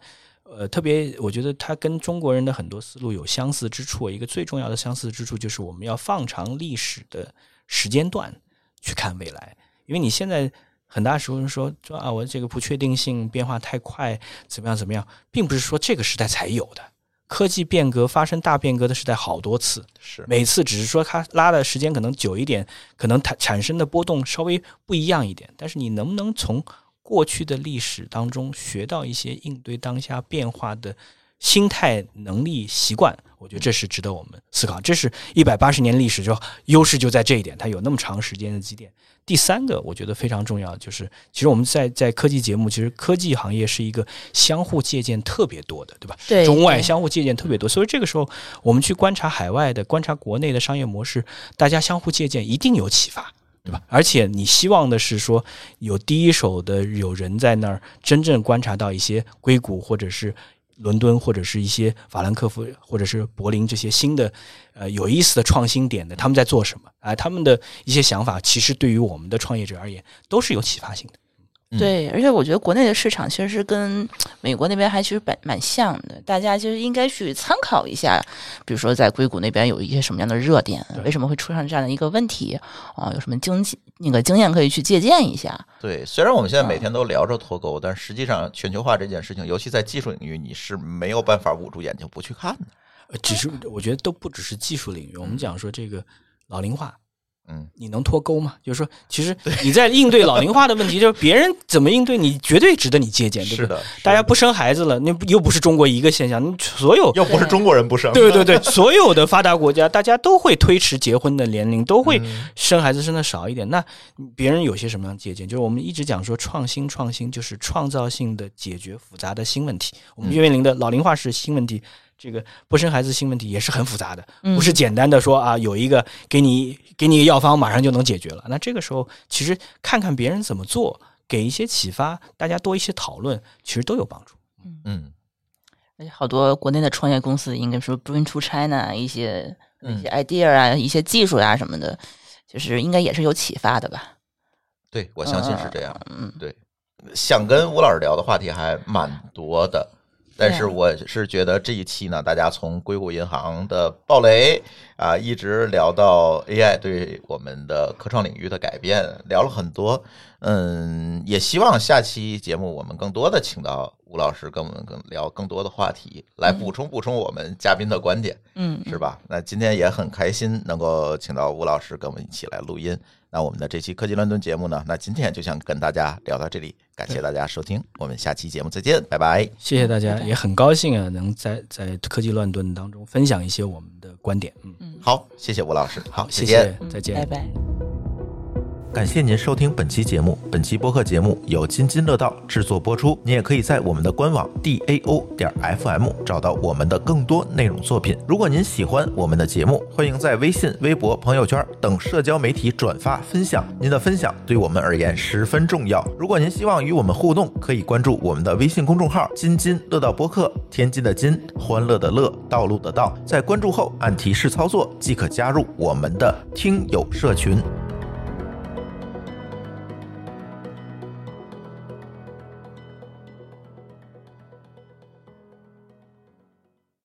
呃，特别我觉得它跟中国人的很多思路有相似之处，一个最重要的相似之处就是我们要放长历史的时间段去看未来，因为你现在很大时候人说说啊，我这个不确定性变化太快，怎么样怎么样，并不是说这个时代才有的。科技变革发生大变革的时代好多次， 是每次只是说它拉的时间可能久一点，可能它产生的波动稍微不一样一点，但是你能不能从过去的历史当中学到一些应对当下变化的心态、能力、习惯，我觉得这是值得我们思考。这是一百八十年历史就优势就在这一点，它有那么长时间的积淀。第三个我觉得非常重要，就是其实我们在在科技节目，其实科技行业是一个相互借鉴特别多的，对吧？ 对， 中外相互借鉴特别多，所以这个时候我们去观察海外的、观察国内的商业模式，大家相互借鉴一定有启发，对吧？而且你希望的是说，有第一手的有人在那儿真正观察到一些硅谷或者是伦敦或者是一些法兰克福或者是柏林这些新的呃有意思的创新点的，他们在做什么啊、呃？他们的一些想法，其实对于我们的创业者而言都是有启发性的。 对，而且我觉得国内的市场其实是跟美国那边还其实蛮蛮像的，大家其实应该去参考一下，比如说在硅谷那边有一些什么样的热点，为什么会出现这样的一个问题啊？有什么经那个经验可以去借鉴一下。 对，虽然我们现在每天都聊着脱钩，但实际上全球化这件事情，尤其在技术领域，你是没有办法捂住眼睛不去看的。 呃，只是我觉得都不只是技术领域，我们讲说这个老龄化。 嗯， 你能脱钩吗？就是说，其实你在应对老龄化的问题，就是别人怎么应对，你绝对值得你借鉴，对不对？ 是的， 大家不生孩子了，那又不是中国一个现象，你所有又不是中国人不生， 对对对，所有的发达国家，大家都会推迟结婚的年龄，都会生孩子生的少一点。那别人有些什么样借鉴？就是我们一直讲说创新，创新就是创造性的解决复杂的新问题。我们面临的老龄化是新问题。这个不生孩子新问题也是很复杂的，不是简单的说啊，有一个给你给你一个药方马上就能解决了。那这个时候其实看看别人怎么做，给一些启发，大家多一些讨论，其实都有帮助。 嗯， 而且好多国内的创业公司应该说 bring to China 一些一些 idea 啊、嗯、一些技术啊什么的，就是应该也是有启发的吧。 对，我相信是这样。 嗯， 对，想跟吴老师聊的话题还蛮多的。但是我是觉得这一期呢，大家从硅谷银行的暴雷啊，一直聊到 A I 对我们的科创领域的改变，聊了很多。嗯，也希望下期节目我们更多的请到吴老师跟我们更聊更多的话题，来补充补充我们嘉宾的观点， 嗯， 是吧？那今天也很开心能够请到吴老师跟我们一起来录音。那我们的这期科技乱炖节目呢，那今天就想跟大家聊到这里，感谢大家收听，我们下期节目再见，拜拜。 谢谢大家，也很高兴啊，能在在科技乱炖当中分享一些我们的观点。嗯， 好，谢谢吴老师，好， 谢谢，再见， 拜拜。 感谢您收听本期节目。本期播客节目由津津乐道制作播出。你也可以在我们的官网 D A O 点 F M 找到我们的更多内容作品。如果您喜欢我们的节目，欢迎在微信、微博、朋友圈等社交媒体转发分享。您的分享对我们而言十分重要。如果您希望与我们互动，可以关注我们的微信公众号津津乐道播客，天津的津，欢乐的乐，道路的道。在关注后按提示操作即可加入我们的听友社群。